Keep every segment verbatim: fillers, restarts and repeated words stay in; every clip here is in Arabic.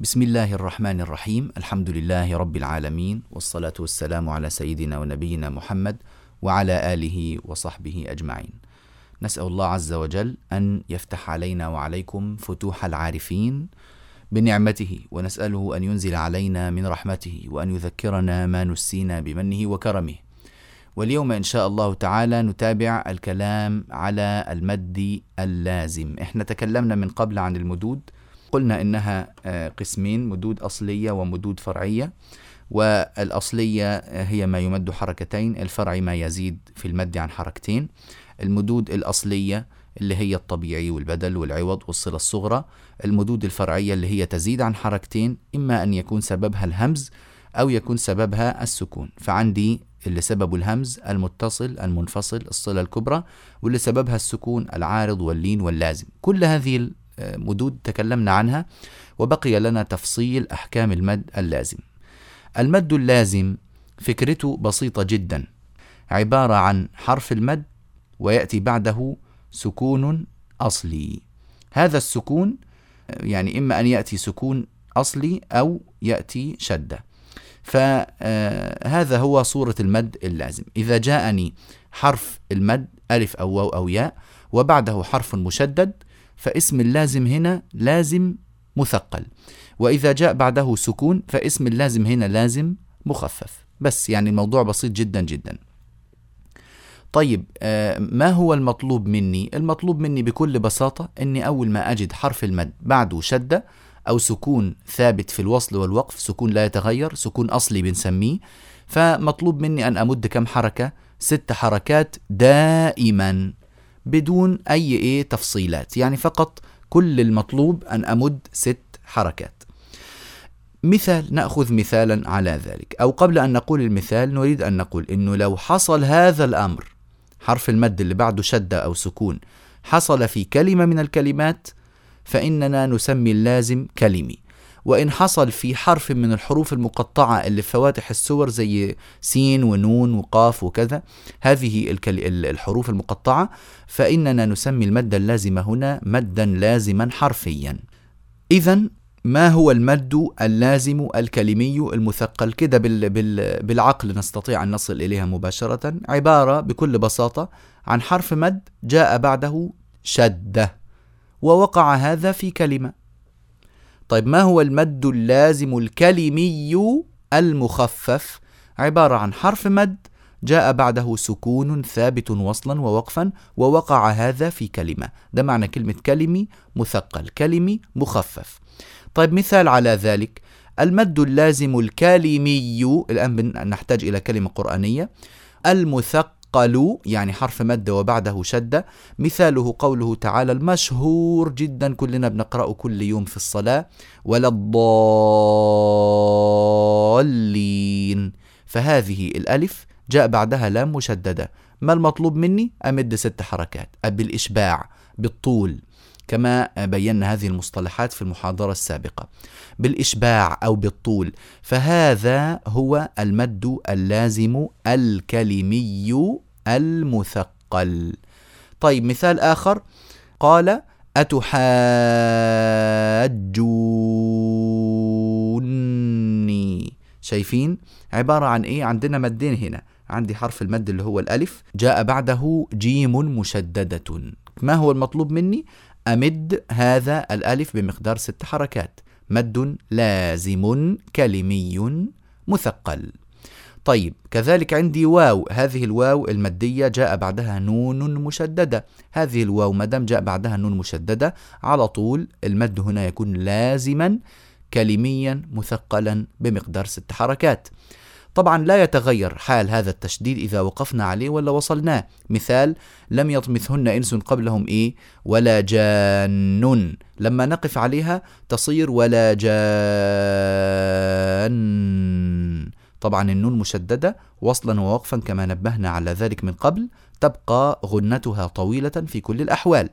بسم الله الرحمن الرحيم. الحمد لله رب العالمين، والصلاة والسلام على سيدنا ونبينا محمد وعلى آله وصحبه أجمعين. نسأل الله عز وجل أن يفتح علينا وعليكم فتوح العارفين بنعمته، ونسأله أن ينزل علينا من رحمته، وأن يذكرنا ما نسينا بمنه وكرمه. واليوم إن شاء الله تعالى نتابع الكلام على المد اللازم. احنا تكلمنا من قبل عن المدود، قلنا إنها قسمين: مدود أصلية ومدود فرعية. والأصلية هي ما يمد حركتين، الفرع ما يزيد في المد عن حركتين. المدود الأصلية اللي هي الطبيعي والبدل والعوض والصلة الصغرى. المدود الفرعية اللي هي تزيد عن حركتين، إما أن يكون سببها الهمز أو يكون سببها السكون. فعندي اللي سبب الهمز المتصل المنفصل الصلة الكبرى، واللي سببها السكون العارض واللين واللازم. كل هذه المدود تكلمنا عنها، وبقي لنا تفصيل أحكام المد اللازم. المد اللازم فكرته بسيطة جدا، عبارة عن حرف المد ويأتي بعده سكون أصلي. هذا السكون يعني إما أن يأتي سكون أصلي أو يأتي شدة. فهذا هو صورة المد اللازم. إذا جاءني حرف المد ألف أو واو أو ياء وبعده حرف مشدد، فاسم اللازم هنا لازم مثقل، وإذا جاء بعده سكون فاسم اللازم هنا لازم مخفف. بس يعني الموضوع بسيط جدا جدا. طيب، آه ما هو المطلوب مني؟ المطلوب مني بكل بساطة أني أول ما أجد حرف المد بعده شدة أو سكون ثابت في الوصل والوقف، سكون لا يتغير، سكون أصلي بنسميه، فمطلوب مني أن أمد كم حركة؟ ست حركات دائما بدون أي إيه تفصيلات، يعني فقط كل المطلوب أن أمد ست حركات. مثال، نأخذ مثالا على ذلك، أو قبل أن نقول المثال نريد أن نقول إنه لو حصل هذا الأمر، حرف المد اللي بعده شدة أو سكون حصل في كلمة من الكلمات، فإننا نسمي اللازم كلمي. وإن حصل في حرف من الحروف المقطعة اللي في فواتح السور زي سين ونون وقاف وكذا، هذه الحروف المقطعة، فإننا نسمي المد اللازم هنا مدا لازما حرفيا. إذن ما هو المد اللازم الكلمي المثقل؟ كده بال بال بالعقل نستطيع أن نصل إليها مباشرة. عبارة بكل بساطة عن حرف مد جاء بعده شدة ووقع هذا في كلمة. طيب، ما هو المد اللازم الكلمي المخفف؟ عبارة عن حرف مد جاء بعده سكون ثابت وصلا ووقفا ووقع هذا في كلمة. ده معنى كلمة كلمي مثقل، كلمي مخفف. طيب، مثال على ذلك: المد اللازم الكلمي، الآن نحتاج إلى كلمة قرآنية، المثقل يعني حرف مد وبعده شدة. مثاله قوله تعالى المشهور جدا كلنا بنقرأه كل يوم في الصلاة: ولا الضالين. فهذه الألف جاء بعدها لام مشددة. ما المطلوب مني؟ أمد ست حركات بالإشباع بالطول، كما بينا هذه المصطلحات في المحاضرة السابقة، بالإشباع أو بالطول. فهذا هو المد اللازم الكلمي المثقل. طيب، مثال آخر: قال أتحاجوني. شايفين عبارة عن إيه؟ عندنا مدين هنا. عندي حرف المد اللي هو الألف جاء بعده جيم مشددة. ما هو المطلوب مني؟ أمد هذا الألف بمقدار ست حركات، مد لازم كلمي مثقل. طيب، كذلك عندي واو، هذه الواو المدية جاء بعدها نون مشددة. هذه الواو مدام جاء بعدها نون مشددة على طول المد هنا يكون لازما كلميا مثقلا بمقدار ست حركات. طبعا لا يتغير حال هذا التشديد إذا وقفنا عليه ولا وصلناه. مثال: لم يطمثهن إنس قبلهم إيه ولا جان. لما نقف عليها تصير ولا جان. طبعا النون مشددة وصلا ووقفا كما نبهنا على ذلك من قبل، تبقى غنتها طويلة في كل الأحوال.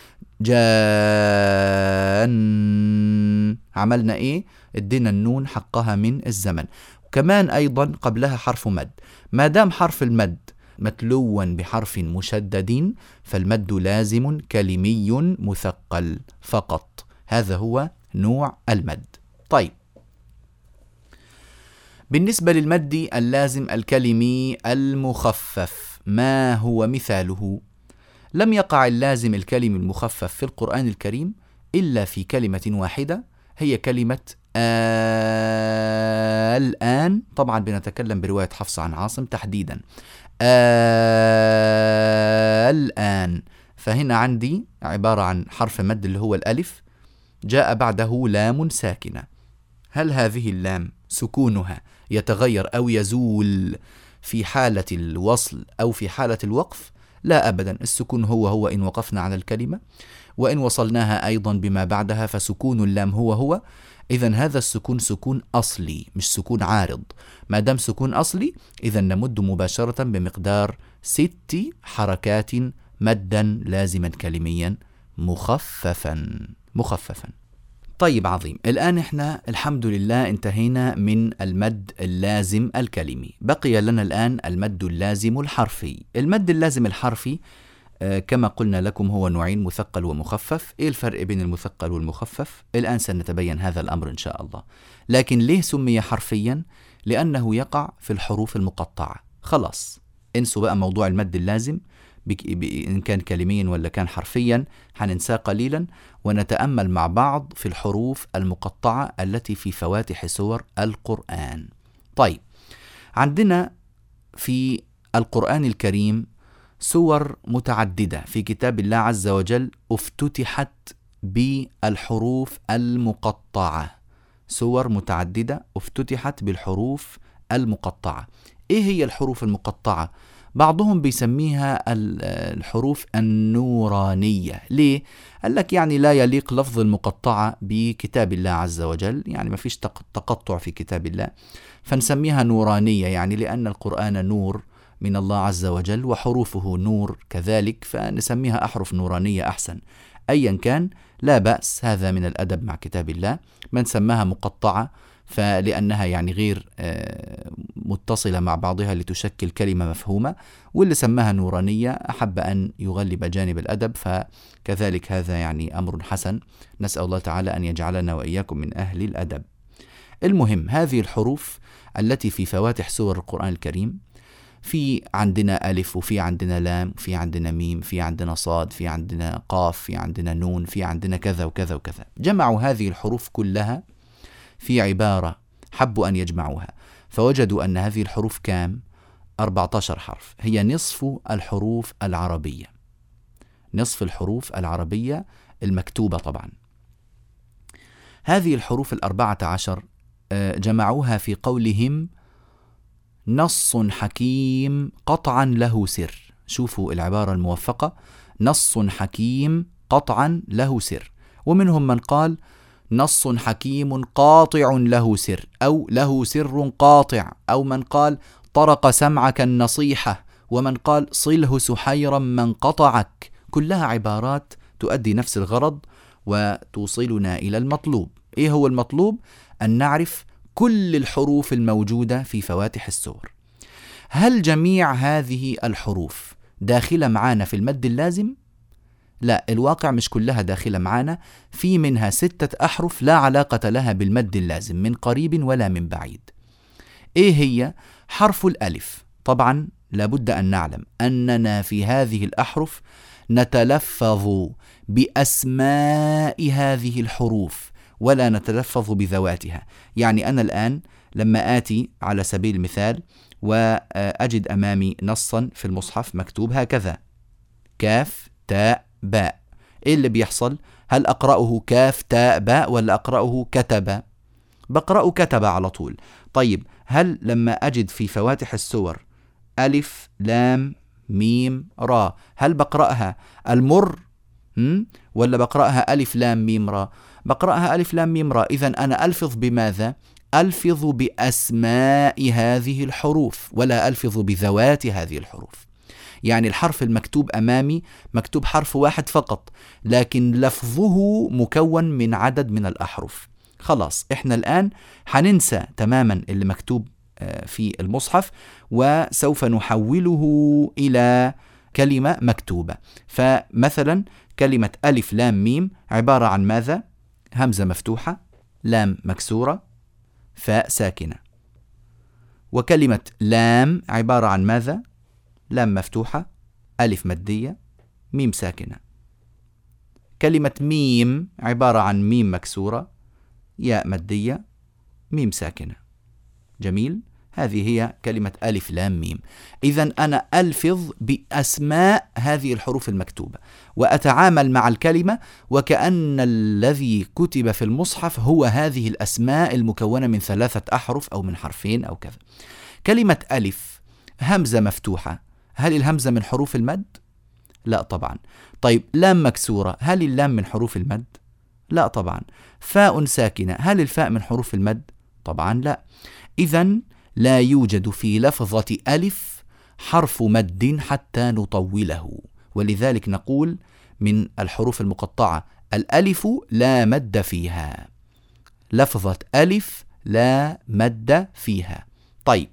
جان عملنا إيه؟ ادينا النون حقها من الزمن. كمان أيضا قبلها حرف مد. ما دام حرف المد متلوا بحرف مشدد فالمد لازم كلمي مثقل فقط. هذا هو نوع المد. طيب، بالنسبة للمد اللازم الكلمي المخفف، ما هو مثاله؟ لم يقع اللازم الكلمي المخفف في القرآن الكريم إلا في كلمة واحدة، هي كلمة آه الآن. طبعا بنتكلم برواية حفص عن عاصم تحديدا، آه الآن. فهنا عندي عبارة عن حرف مد اللي هو الألف، جاء بعده لام ساكنة. هل هذه اللام سكونها يتغير أو يزول في حالة الوصل أو في حالة الوقف؟ لا أبدا، السكون هو هو إن وقفنا على الكلمة، وإن وصلناها أيضا بما بعدها فسكون اللام هو هو. إذن هذا السكون سكون أصلي مش سكون عارض. ما دام سكون أصلي إذن نمد مباشرة بمقدار ست حركات مدا لازما كلميا مخففا مخففا. طيب عظيم، الآن إحنا الحمد لله انتهينا من المد اللازم الكلمي. بقي لنا الآن المد اللازم الحرفي. المد اللازم الحرفي آه كما قلنا لكم هو نوعين، مثقل ومخفف. إيه الفرق بين المثقل والمخفف؟ الآن سنتبين هذا الأمر إن شاء الله. لكن ليه سمي حرفيا؟ لأنه يقع في الحروف المقطعة. خلاص انسوا بقى موضوع المد اللازم إن كان كلميا ولا كان حرفيا، هننساه قليلا ونتأمل مع بعض في الحروف المقطعة التي في فواتح سور القرآن. طيب، عندنا في القرآن الكريم سور متعددة في كتاب الله عز وجل افتتحت بالحروف المقطعة. سور متعددة افتتحت بالحروف المقطعة. إيه هي الحروف المقطعة؟ بعضهم بيسميها الحروف النورانية. ليه؟ قال لك يعني لا يليق لفظ المقطعة بكتاب الله عز وجل، يعني ما فيش تقطع في كتاب الله، فنسميها نورانية، يعني لأن القرآن نور من الله عز وجل وحروفه نور كذلك، فنسميها أحرف نورانية أحسن. أيا كان لا بأس، هذا من الأدب مع كتاب الله. من سماها مقطعة فلأنها يعني غير متصلة مع بعضها لتشكل كلمة مفهومة، واللي سماها نورانية أحب أن يغلب جانب الأدب، فكذلك هذا يعني أمر حسن. نسأل الله تعالى أن يجعلنا وإياكم من أهل الأدب. المهم، هذه الحروف التي في فواتح سور القرآن الكريم، في عندنا ألف، وفي عندنا لام، وفي عندنا ميم، في عندنا صاد، في عندنا قاف، في عندنا نون، في عندنا كذا وكذا وكذا. جمعوا هذه الحروف كلها في عبارة حبوا أن يجمعوها، فوجدوا أن هذه الحروف كام؟ أربعة عشر حرف. هي نصف الحروف العربية، نصف الحروف العربية المكتوبة طبعا. هذه الحروف الأربعة عشر جمعوها في قولهم نص حكيم قطعا له سر. شوفوا العبارة الموفقة، نص حكيم قطعا له سر. ومنهم من قال نص حكيم قاطع له سر، أو له سر قاطع، أو من قال طرق سمعك النصيحة، ومن قال صله سحيرا من قطعك. كلها عبارات تؤدي نفس الغرض وتوصلنا إلى المطلوب. إيه هو المطلوب؟ أن نعرف كل الحروف الموجودة في فواتح السور. هل جميع هذه الحروف داخلة معانا في المد اللازم؟ لا، الواقع مش كلها داخلة معانا، في منها ستة أحرف لا علاقة لها بالمد اللازم من قريب ولا من بعيد. إيه هي؟ حرف الألف. طبعا لابد أن نعلم أننا في هذه الأحرف نتلفظ بأسماء هذه الحروف ولا نتلفظ بذواتها. يعني أنا الآن لما آتي على سبيل المثال وأجد أمامي نصا في المصحف مكتوب هكذا كاف تاء باء، إيه اللي بيحصل؟ هل أقرأه كاف تاء باء ولا أقرأه كتب؟ بقرأه كتب على طول. طيب، هل لما أجد في فواتح السور ألف لام ميم را، هل بقرأها المر ولا بقرأها ألف لام ميم را؟ بقرأها ألف لام ميم را. إذن أنا ألفظ بماذا؟ ألفظ بأسماء هذه الحروف ولا ألفظ بذوات هذه الحروف. يعني الحرف المكتوب أمامي مكتوب حرف واحد فقط، لكن لفظه مكون من عدد من الأحرف. خلاص، إحنا الآن حننسى تماما اللي مكتوب في المصحف وسوف نحوله إلى كلمة مكتوبة. فمثلا كلمة ألف لام ميم عبارة عن ماذا؟ همزة مفتوحة لام مكسورة، فاء ساكنة. وكلمة لام عبارة عن ماذا؟ لام مفتوحة، ألف مادية، ميم ساكنة. كلمة ميم عبارة عن ميم مكسورة، ياء مادية، ميم ساكنة. جميل؟ هذه هي كلمة ألف لام ميم. إذن أنا ألفظ بأسماء هذه الحروف المكتوبة، وأتعامل مع الكلمة وكأن الذي كتب في المصحف هو هذه الأسماء المكونة من ثلاثة أحرف أو من حرفين أو كذا. كلمة ألف همزة مفتوحة، هل الهمزة من حروف المد؟ لا طبعا. طيب لام مكسورة، هل اللام من حروف المد؟ لا طبعا. فاء ساكنة، هل الفاء من حروف المد؟ طبعا لا. إذن لا يوجد في لفظة ألف حرف مد حتى نطوله، ولذلك نقول من الحروف المقطعة الألف لا مد فيها. لفظة ألف لا مد فيها. طيب،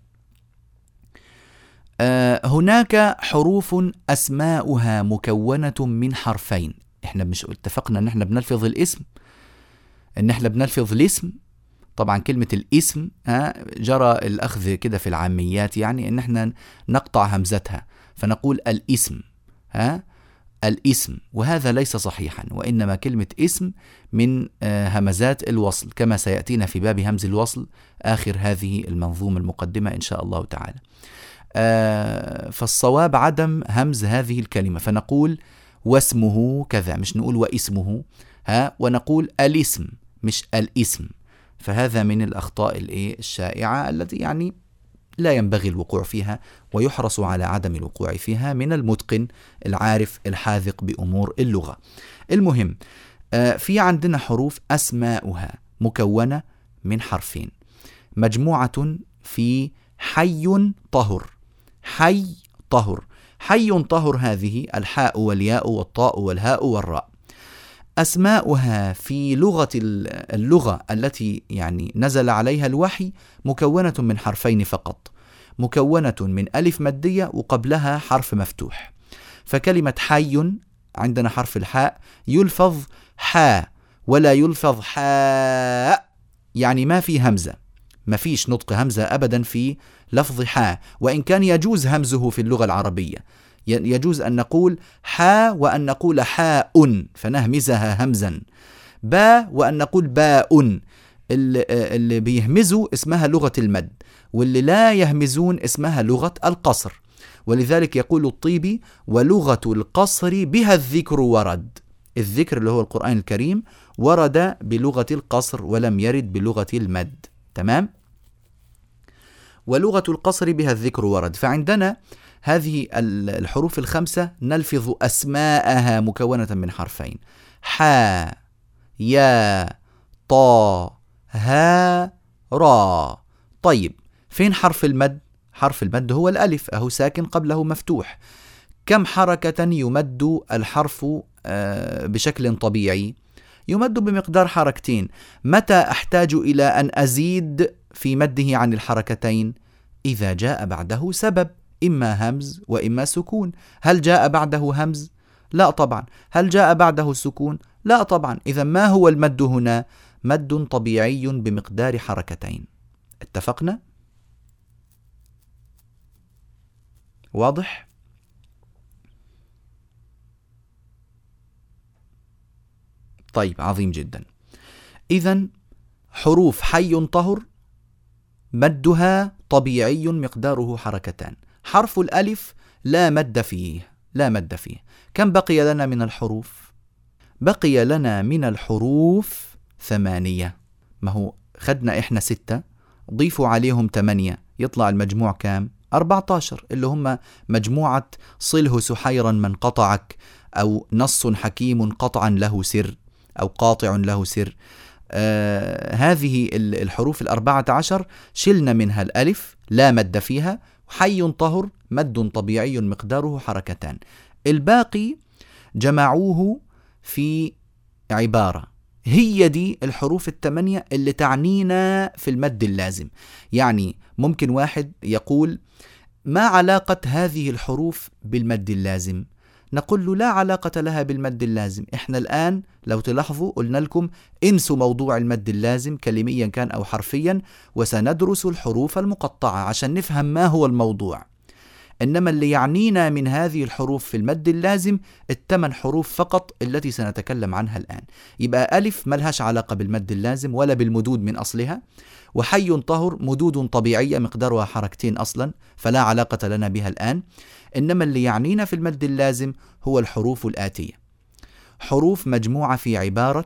آه هناك حروف أسماؤها مكونة من حرفين. إحنا مش اتفقنا إن إحنا بنلفظ الاسم، إن إحنا بنلفظ الاسم. طبعا كلمة الاسم ها جرى الأخذ كده في العاميات، يعني إن إحنا نقطع همزتها فنقول الاسم، ها الاسم، وهذا ليس صحيحا، وإنما كلمة اسم من همزات الوصل كما سيأتينا في باب همز الوصل آخر هذه المنظومة المقدمة إن شاء الله تعالى. فالصواب عدم همز هذه الكلمة، فنقول واسمه كذا، مش نقول واسمه، ها ونقول الاسم مش الاسم. فهذا من الأخطاء الشائعة التي يعني لا ينبغي الوقوع فيها، ويحرص على عدم الوقوع فيها من المتقن العارف الحاذق بأمور اللغة. المهم، في عندنا حروف أسماؤها مكونة من حرفين، مجموعة في حي طهر. حي طهر، حي طهر هذه الحاء والياء والطاء والهاء والراء. أسماؤها في لغة اللغة التي يعني نزل عليها الوحي مكونة من حرفين فقط، مكونة من ألف مادية وقبلها حرف مفتوح. فكلمة حي عندنا حرف الحاء يلفظ حاء ولا يلفظ حاء، يعني ما في همزة، ما فيش نطق همزة أبدا في لفظ حاء، وإن كان يجوز همزه في اللغة العربية، يجوز أن نقول حاء وأن نقول حاء فنهمزها همزا، باء وأن نقول باء. اللي بيهمزوا اسمها لغة المد، واللي لا يهمزون اسمها لغة القصر. ولذلك يقول الطيبي: ولغة القصر بها الذكر ورد. الذكر اللي هو القرآن الكريم ورد بلغة القصر ولم يرد بلغة المد. تمام؟ ولغة القصر بها الذكر ورد. فعندنا هذه الحروف الخمسة نلفظ أسماءها مكونة من حرفين: حا، يا، طا، ها، را. طيب، فين حرف المد؟ حرف المد هو الألف، أهو ساكن قبله مفتوح. كم حركة يمد الحرف بشكل طبيعي؟ يمد بمقدار حركتين. متى أحتاج إلى أن أزيد في مده عن الحركتين؟ إذا جاء بعده سبب، إما همز وإما سكون. هل جاء بعده همز؟ لا طبعا. هل جاء بعده سكون؟ لا طبعا. إذا ما هو المد هنا؟ مد طبيعي بمقدار حركتين. اتفقنا؟ واضح؟ طيب، عظيم جدا. إذن حروف حي طهر مدها طبيعي مقداره حركتان. حرف الألف لا مد فيه، لا مد فيه. كم بقي لنا من الحروف؟ بقي لنا من الحروف ثمانية. ما هو خدنا إحنا ستة، ضيفوا عليهم ثمانية، يطلع المجموع كام؟ أربعة عشر، اللي هم مجموعة صله سحيرا من قطعك، أو نص حكيم قطعا له سر، أو قاطع له سر. آه هذه الحروف الأربعة عشر شلنا منها الألف لا مد فيها، حي طهر مد طبيعي مقداره حركتان. الباقي جمعوه في عبارة هي دي الحروف الثمانية اللي تعنينا في المد اللازم. يعني ممكن واحد يقول: ما علاقة هذه الحروف بالمد اللازم؟ نقول له لا علاقة لها بالمد اللازم. إحنا الآن لو تلاحظوا قلنا لكم انسوا موضوع المد اللازم كلميا كان أو حرفيا، وسندرس الحروف المقطعة عشان نفهم ما هو الموضوع. إنما اللي يعنينا من هذه الحروف في المد اللازم الثمان حروف فقط التي سنتكلم عنها الآن. يبقى ألف ملهاش علاقة بالمد اللازم ولا بالمدود من أصلها، وحي طهر مدود طبيعية مقدارها حركتين أصلا فلا علاقة لنا بها الآن. إنما اللي يعنينا في المد اللازم هو الحروف الآتية، حروف مجموعة في عبارة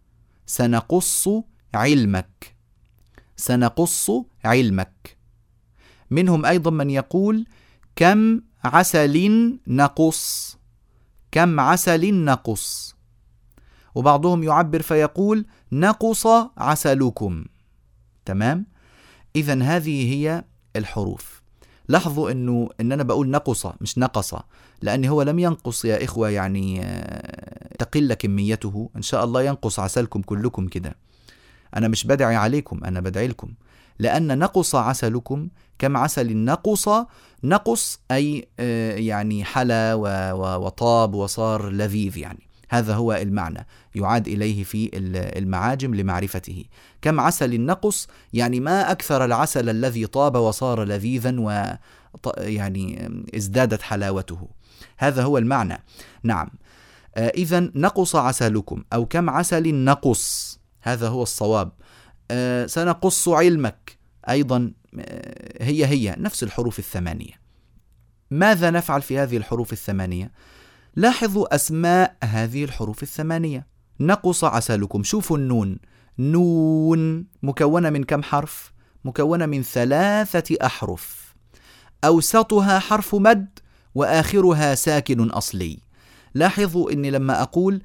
سنقص علمك. سنقص علمك. منهم أيضا من يقول كم عسل نقص، كم عسل نقص. وبعضهم يعبر فيقول نقص عسلكم. تمام؟ إذن هذه هي الحروف. لاحظوا أنه أن أنا بقول نقص مش نقص، لأن هو لم ينقص يا إخوة، يعني تقل كميته. إن شاء الله ينقص عسلكم كلكم كده. أنا مش بدعي عليكم، أنا بدعي لكم، لأن نقص عسلكم كم عسل نقص. نقص أي يعني حلا وطاب وصار لذيذ، يعني هذا هو المعنى يعاد إليه في المعاجم لمعرفته. كم عسل نقص يعني ما أكثر العسل الذي طاب وصار لذيذا و يعني ازدادت حلاوته. هذا هو المعنى. نعم، إذن نقص عسلكم أو كم عسل نقص، هذا هو الصواب. سنقص علمك أيضا هي هي نفس الحروف الثمانية. ماذا نفعل في هذه الحروف الثمانية؟ لاحظوا أسماء هذه الحروف الثمانية. نقص عسلكم، شوفوا النون، نون مكونة من كم حرف؟ مكونة من ثلاثة أحرف، أوسطها حرف مد وآخرها ساكن أصلي. لاحظوا أني لما أقول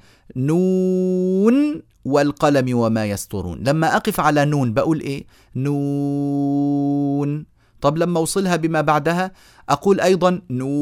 نون والقلم وما يسطرون، لما أقف على نون بقول إيه؟ نون. طب لما أوصلها بما بعدها أقول أيضا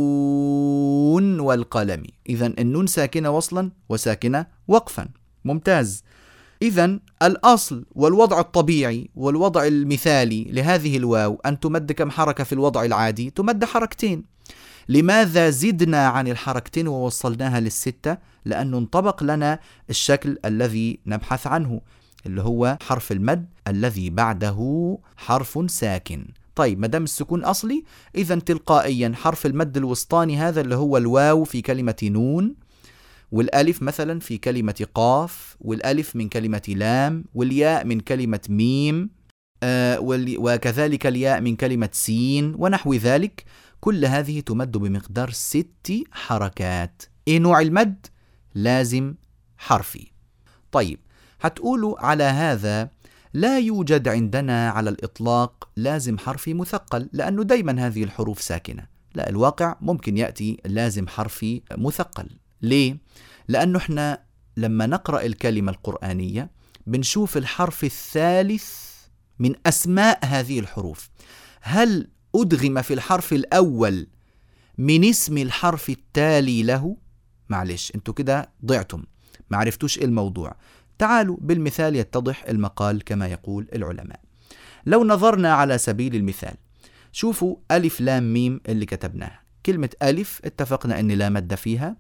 نون والقلم. إذن النون ساكنة وصلا وساكنة وقفا. ممتاز. إذن الأصل والوضع الطبيعي والوضع المثالي لهذه الواو أن تمد كم حركة في الوضع العادي؟ تمد حركتين. لماذا زدنا عن الحركتين ووصلناها للستة؟ لأنه انطبق لنا الشكل الذي نبحث عنه، اللي هو حرف المد الذي بعده حرف ساكن. طيب، مدام السكون أصلي، إذن تلقائيا حرف المد الوسطاني هذا اللي هو الواو في كلمة نون، والألف مثلا في كلمة قاف، والألف من كلمة لام، والياء من كلمة ميم، آه وكذلك الياء من كلمة سين ونحو ذلك. كل هذه تمد بمقدار ست حركات. إيه نوع المد؟ لازم حرفي. طيب، هتقولوا على هذا لا يوجد عندنا على الإطلاق لازم حرفي مثقل، لأنه دايما هذه الحروف ساكنة. لا، الواقع ممكن يأتي لازم حرفي مثقل. ليه؟ لأنه احنا لما نقرأ الكلمة القرآنية بنشوف الحرف الثالث من أسماء هذه الحروف، هل أدغم في الحرف الأول من اسم الحرف التالي له؟ معلش، انتوا كده ضعتم، ما عرفتوش ايه الموضوع. تعالوا بالمثال يتضح المقال كما يقول العلماء. لو نظرنا على سبيل المثال، شوفوا ألف لام ميم اللي كتبناها. كلمة ألف اتفقنا أن لا مد فيها.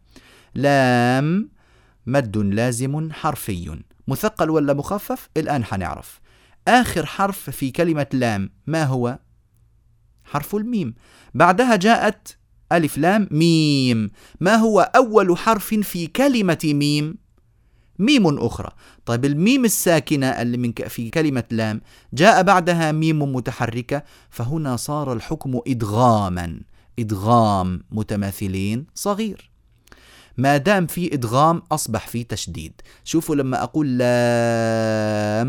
لام مد لازم حرفي، مثقل ولا مخفف؟ الآن حنعرف. آخر حرف في كلمة لام ما هو؟ حرف الميم. بعدها جاءت ألف لام ميم. ما هو أول حرف في كلمة ميم؟ ميم أخرى. طيب، الميم الساكنة اللي من في كلمة لام جاء بعدها ميم متحركة، فهنا صار الحكم إدغاما، إدغام متماثلين صغير. ما دام في إدغام أصبح في تشديد. شوفوا لما أقول لام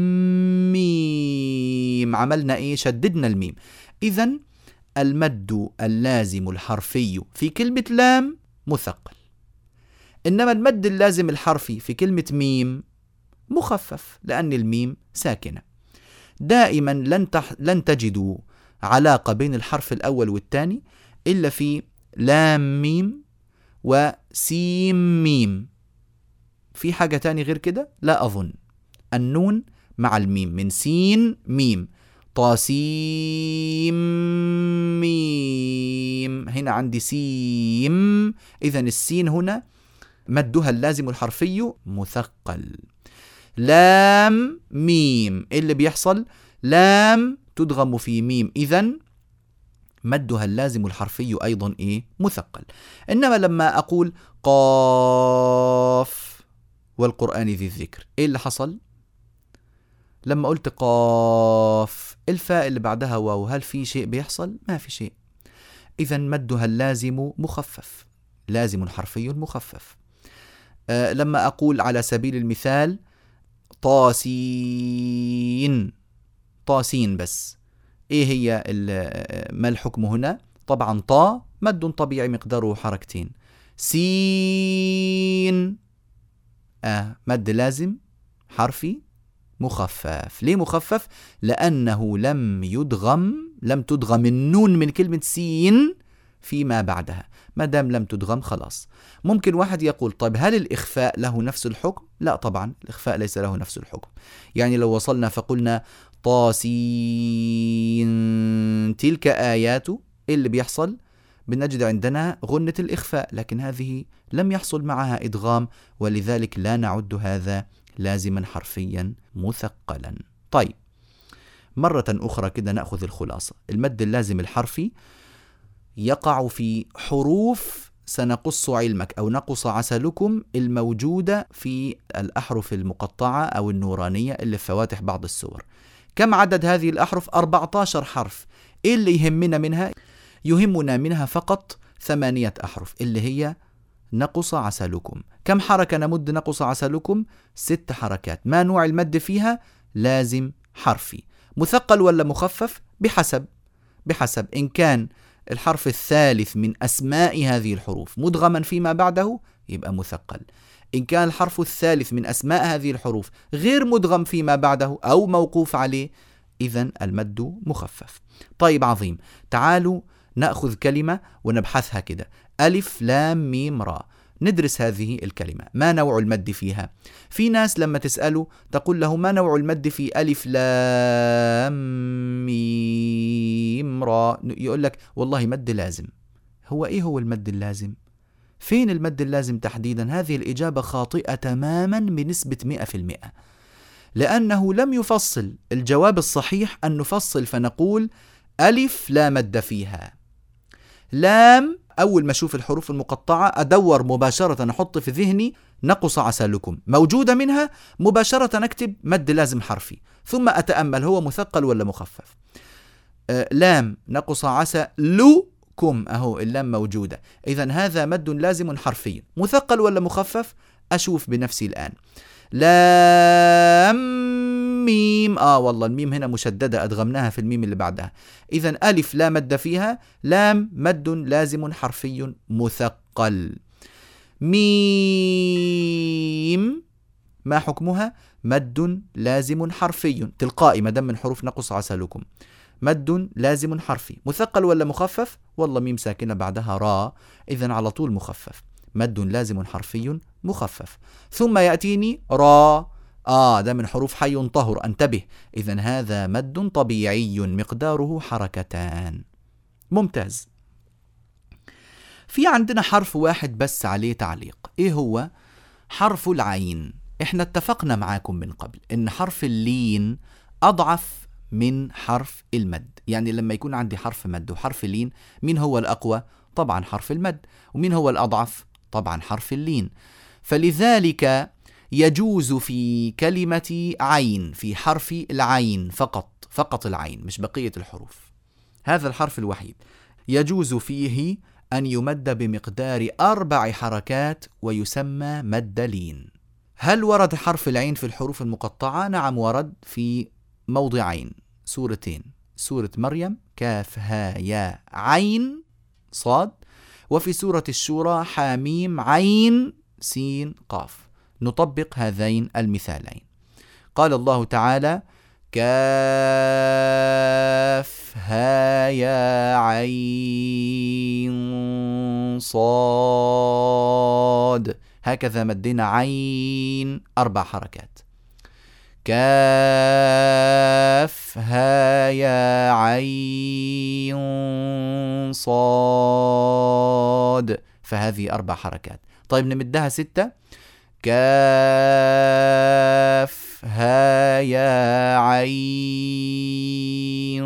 ميم عملنا إيه؟ شددنا الميم. إذن المد اللازم الحرفي في كلمة لام مثقل، إنما المد اللازم الحرفي في كلمة ميم مخفف، لأن الميم ساكنة. دائما لن, تح... لن تجدوا علاقة بين الحرف الأول والثاني إلا في لام ميم وسيم ميم. في حاجة تاني غير كده؟ لا أظن. النون مع الميم من سين ميم. طاسيم ميم، هنا عندي سيم، إذن السين هنا مدها اللازم الحرفي مثقل. لام ميم، إيه اللي بيحصل؟ لام تدغم في ميم، إذن مدها اللازم الحرفي أيضا إيه؟ مثقل. إنما لما أقول قاف والقرآن ذي الذكر، إيه اللي حصل؟ لما قلت قاف الفاء اللي بعدها واو، هل في شيء بيحصل؟ ما في شيء. إذن مدها اللازم مخفف، لازم حرفي مخفف. أه لما أقول على سبيل المثال طاسين، طاسين بس، إيه هي ما الحكم هنا؟ طبعا طا مد طبيعي مقداره حركتين. سين آه مد لازم حرفي مخفف. ليه مخفف؟ لأنه لم يدغم، لم تدغم النون من كلمة سين فيما بعدها. ما دام لم تدغم خلاص. ممكن واحد يقول طيب هل الإخفاء له نفس الحكم؟ لا طبعا، الإخفاء ليس له نفس الحكم. يعني لو وصلنا فقلنا طاسين تلك آيات، إيه اللي بيحصل؟ بنجد عندنا غنة الإخفاء، لكن هذه لم يحصل معها إدغام، ولذلك لا نعد هذا لازما حرفيا مثقلا. طيب مرة أخرى كده نأخذ الخلاصة. المد اللازم الحرفي يقع في حروف سنقص علمك أو نقص عسلكم الموجودة في الأحرف المقطعة أو النورانية اللي في فواتح بعض السور. كم عدد هذه الأحرف؟ أربعة عشر حرف. إيه اللي يهمنا منها؟ يهمنا منها فقط ثمانية أحرف اللي هي نقص عسلكم. كم حركة نمد نقص عسلكم؟ ست حركات. ما نوع المد فيها؟ لازم حرفي. مثقل ولا مخفف؟ بحسب بحسب إن كان الحرف الثالث من أسماء هذه الحروف مدغما فيما بعده يبقى مثقل. إن كان الحرف الثالث من أسماء هذه الحروف غير مدغم فيما بعده أو موقوف عليه، إذن المد مخفف. طيب عظيم، تعالوا نأخذ كلمة ونبحثها كده. ألف لام ميم را، ندرس هذه الكلمة. ما نوع المد فيها؟ في ناس لما تسأله تقول له ما نوع المد في ألف لام ميم را، يقول لك والله مد لازم. هو إيه هو المد اللازم؟ فين المد اللازم تحديدا؟ هذه الإجابة خاطئة تماما بنسبة مئة في المئة، لأنه لم يفصل. الجواب الصحيح أن نفصل فنقول ألف لا مد فيها. لام أول ما أشوف الحروف المقطعة أدور مباشرة، أحط في ذهني نقص عسلكم، موجودة منها مباشرة نكتب مد لازم حرفي، ثم أتأمل هو مثقل ولا مخفف. آه لام نقص عسلكم، أهو اللام موجودة، إذن هذا مد لازم حرفي. مثقل ولا مخفف؟ أشوف بنفسي الآن. لام ميم، آه والله الميم هنا مشددة أدغمناها في الميم اللي بعدها، إذن ألف لا مد فيها. لام مد لازم حرفي مثقل. ميم ما حكمها؟ مد لازم حرفي تلقائي، مدام من حروف نقص عسلكم، مد لازم حرفي. مثقل ولا مخفف؟ والله ميم ساكنة بعدها را، إذن على طول مخفف، مد لازم حرفي مخفف. ثم يأتيني را، آه ده من حروف حي طهر، انتبه، إذن هذا مد طبيعي مقداره حركتان. ممتاز. في عندنا حرف واحد بس عليه تعليق، إيه هو؟ حرف العين. إحنا اتفقنا معاكم من قبل إن حرف اللين أضعف من حرف المد. يعني لما يكون عندي حرف مد وحرف اللين، مين هو الأقوى؟ طبعا حرف المد. ومين هو الأضعف؟ طبعا حرف اللين. فلذلك يجوز في كلمة عين، في حرف العين فقط، فقط العين مش بقية الحروف، هذا الحرف الوحيد يجوز فيه أن يمد بمقدار أربع حركات ويسمى مد لين. هل ورد حرف العين في الحروف المقطعة؟ نعم ورد في موضعين، سورتين، سورة مريم كاف ها يا عين صاد، وفي سورة الشورى حاميم عين سين قاف. نطبق هذين المثالين. قال الله تعالى كاف ها يا عين صاد، هكذا مدينا عين أربع حركات. كاف ها يا عين صاد، فهذه أربع حركات. طيب نمدها ستة، كاف ها يا عين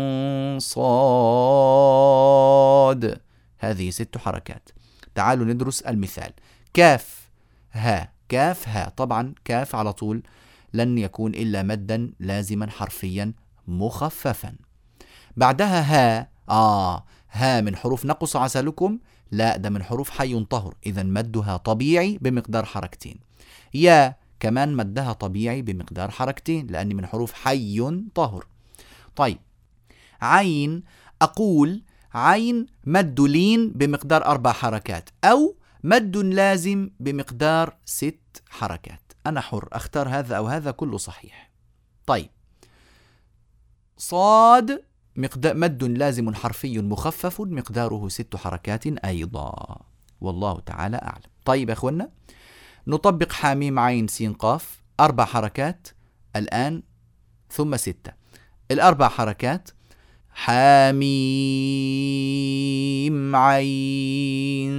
صاد، هذه ست حركات. تعالوا ندرس المثال. كاف ها، كاف ها، طبعا كاف على طول لن يكون إلا مدا لازما حرفيا مخففا. بعدها ها، آه ها من حروف نقص عسلكم؟ لا، ده من حروف حي طهر، إذا مدها طبيعي بمقدار حركتين. يا كمان مدها طبيعي بمقدار حركتين لأن من حروف حي طهر. طيب عين، أقول عين مد لين بمقدار أربع حركات أو مد لازم بمقدار ست حركات، أنا حر أختار هذا أو هذا، كله صحيح. طيب صاد مد لازم حرفي مخفف مقداره ست حركات أيضا، والله تعالى أعلم. طيب يا أخوانا، نطبق حاميم عين سين قاف، أربع حركات الآن ثم ستة. الأربع حركات حاميم عين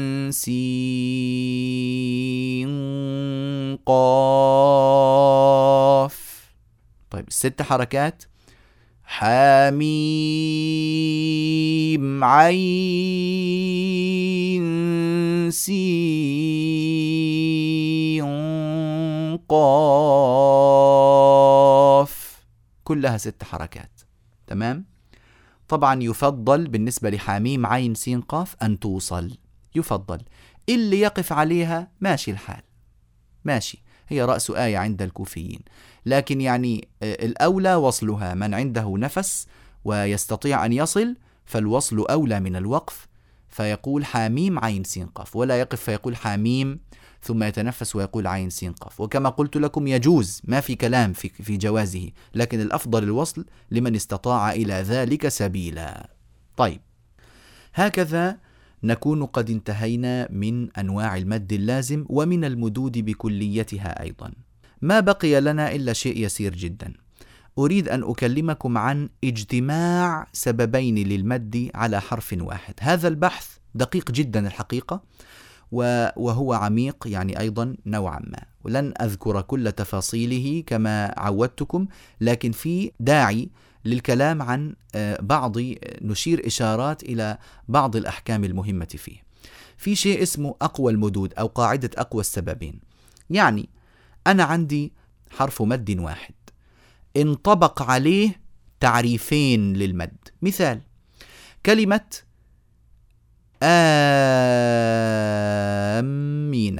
سين قاف. طيب الست حركات حاميم عين سين قاف، كلها ست حركات. تمام؟ طبعا يفضل بالنسبة لحاميم عين سين قاف أن توصل، يفضل. اللي يقف عليها ماشي الحال، ماشي، هي رأس آية عند الكوفيين، لكن يعني الأولى وصلها. من عنده نفس ويستطيع أن يصل فالوصل أولى من الوقف، فيقول حاميم عين سين قاف، ولا يقف فيقول حاميم ثم يتنفس ويقول عين سين قاف. وكما قلت لكم يجوز، ما في كلام في, في جوازه، لكن الأفضل الوصل لمن استطاع إلى ذلك سبيلا. طيب هكذا نكون قد انتهينا من أنواع المد اللازم ومن المدود بكليتها أيضا. ما بقي لنا إلا شيء يسير جدا، أريد أن أكلمكم عن اجتماع سببين للمد على حرف واحد. هذا البحث دقيق جدا الحقيقة، وهو عميق يعني أيضا نوعا ما، ولن أذكر كل تفاصيله كما عودتكم، لكن في داعي للكلام عن بعض، نشير إشارات إلى بعض الأحكام المهمة فيه. في شيء اسمه أقوى المدود أو قاعدة أقوى السببين. يعني أنا عندي حرف مد واحد انطبق عليه تعريفين للمد. مثال كلمة آمين،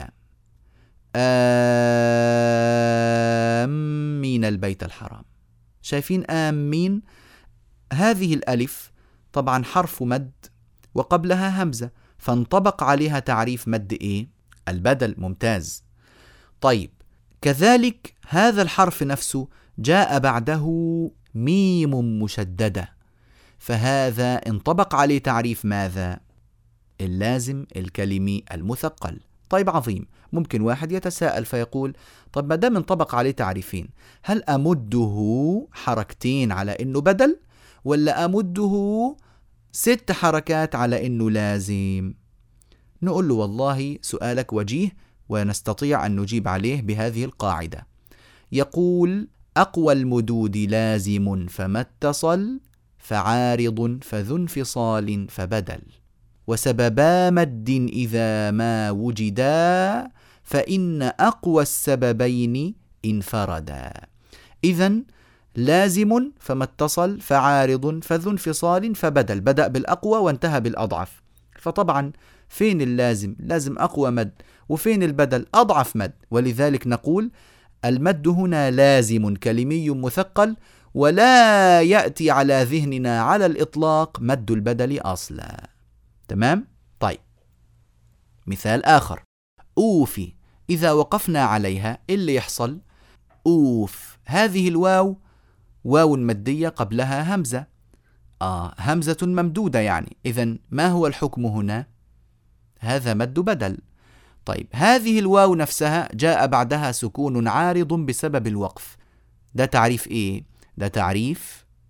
آمين البيت الحرام. شايفين آمين؟ هذه الألف طبعا حرف مد وقبلها همزة، فانطبق عليها تعريف مد إيه؟ البدل. ممتاز. طيب كذلك هذا الحرف نفسه جاء بعده ميم مشددة، فهذا انطبق عليه تعريف ماذا؟ اللازم الكلمي المثقل. طيب عظيم. ممكن واحد يتساءل فيقول طب ما دام انطبق عليه تعريفين، هل أمده حركتين على إنه بدل، ولا أمده ست حركات على إنه لازم؟ نقول له والله سؤالك وجيه ونستطيع أن نجيب عليه بهذه القاعدة. يقول أقوى المدود لازم فما اتصل، فعارض فذو انفصال فبدل، وسببا مد إذا ما وجدا، فإن أقوى السببين انفردا. إذن لازم فما اتصل، فعارض فذو انفصال فبدل، بدأ بالأقوى وانتهى بالأضعف. فطبعا فين اللازم؟ لازم أقوى مد، وفين البدل؟ أضعف مد. ولذلك نقول المد هنا لازم كلمي مثقل، ولا يأتي على ذهننا على الإطلاق مد البدل أصلا. تمام؟ طيب مثال آخر، أوفي، إذا وقفنا عليها اللي يحصل أوف، هذه الواو واو مدية قبلها همزة، آه همزة ممدودة يعني، إذن ما هو الحكم هنا؟ هذا مد بدل. طيب هذه الواو نفسها جاء بعدها سكون عارض بسبب الوقف، ده تعريف إيه؟ ده تعريف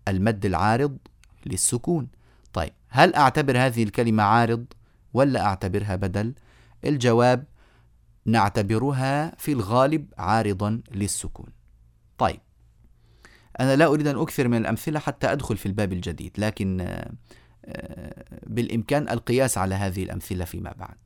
المد العارض للسكون. طيب هل أعتبر هذه الكلمة عارض ولا أعتبرها بدل؟ الجواب نعتبرها في الغالب عارضا للسكون. طيب أنا لا أريد أن أكثر من الأمثلة حتى أدخل في الباب الجديد، لكن بالإمكان القياس على هذه الأمثلة فيما بعد.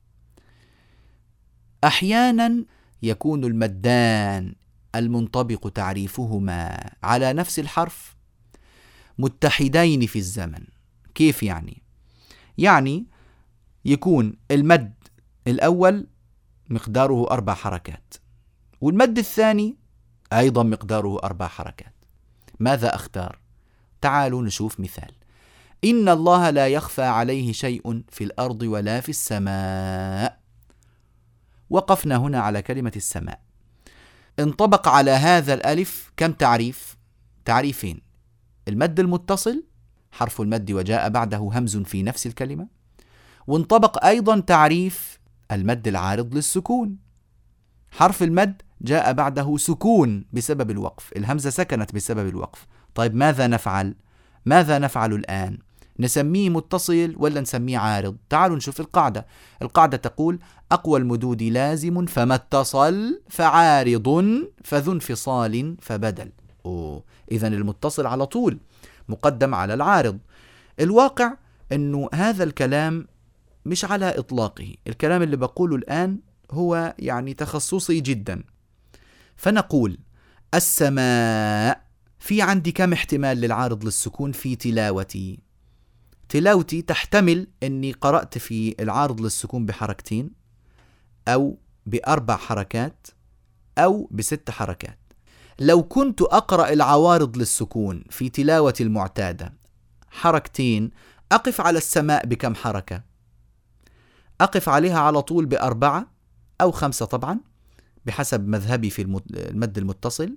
أحيانا يكون المدان المنطبق تعريفهما على نفس الحرف متحدين في الزمن. كيف يعني؟ يعني يكون المد الأول مقداره أربع حركات والمد الثاني أيضا مقداره أربع حركات. ماذا أختار؟ تعالوا نشوف مثال. إن الله لا يخفى عليه شيء في الأرض ولا في السماء. وقفنا هنا على كلمة السماء. انطبق على هذا الألف كم تعريف؟ تعريفين: المد المتصل حرف المد وجاء بعده همز في نفس الكلمة، وانطبق أيضا تعريف المد العارض للسكون. حرف المد جاء بعده سكون بسبب الوقف، الهمزة سكنت بسبب الوقف. طيب ماذا نفعل؟ ماذا نفعل الآن؟ نسميه متصل ولا نسميه عارض؟ تعالوا نشوف القاعدة. القاعدة تقول: أقوى المدود لازم فما اتصل فعارض فذو انفصال فبدل. أوه. إذن المتصل على طول مقدم على العارض. الواقع أنه هذا الكلام مش على إطلاقه، الكلام اللي بقوله الآن هو يعني تخصصي جدا. فنقول السماء في عندي كم احتمال للعارض للسكون في تلاوتي؟ تلاوتي تحتمل أني قرأت في العارض للسكون بحركتين أو بأربع حركات أو بست حركات. لو كنت أقرأ العوارض للسكون في تلاوة المعتادة حركتين، أقف على السماء بكم حركة؟ أقف عليها على طول بأربعة أو خمسة طبعا بحسب مذهبي في المد المتصل،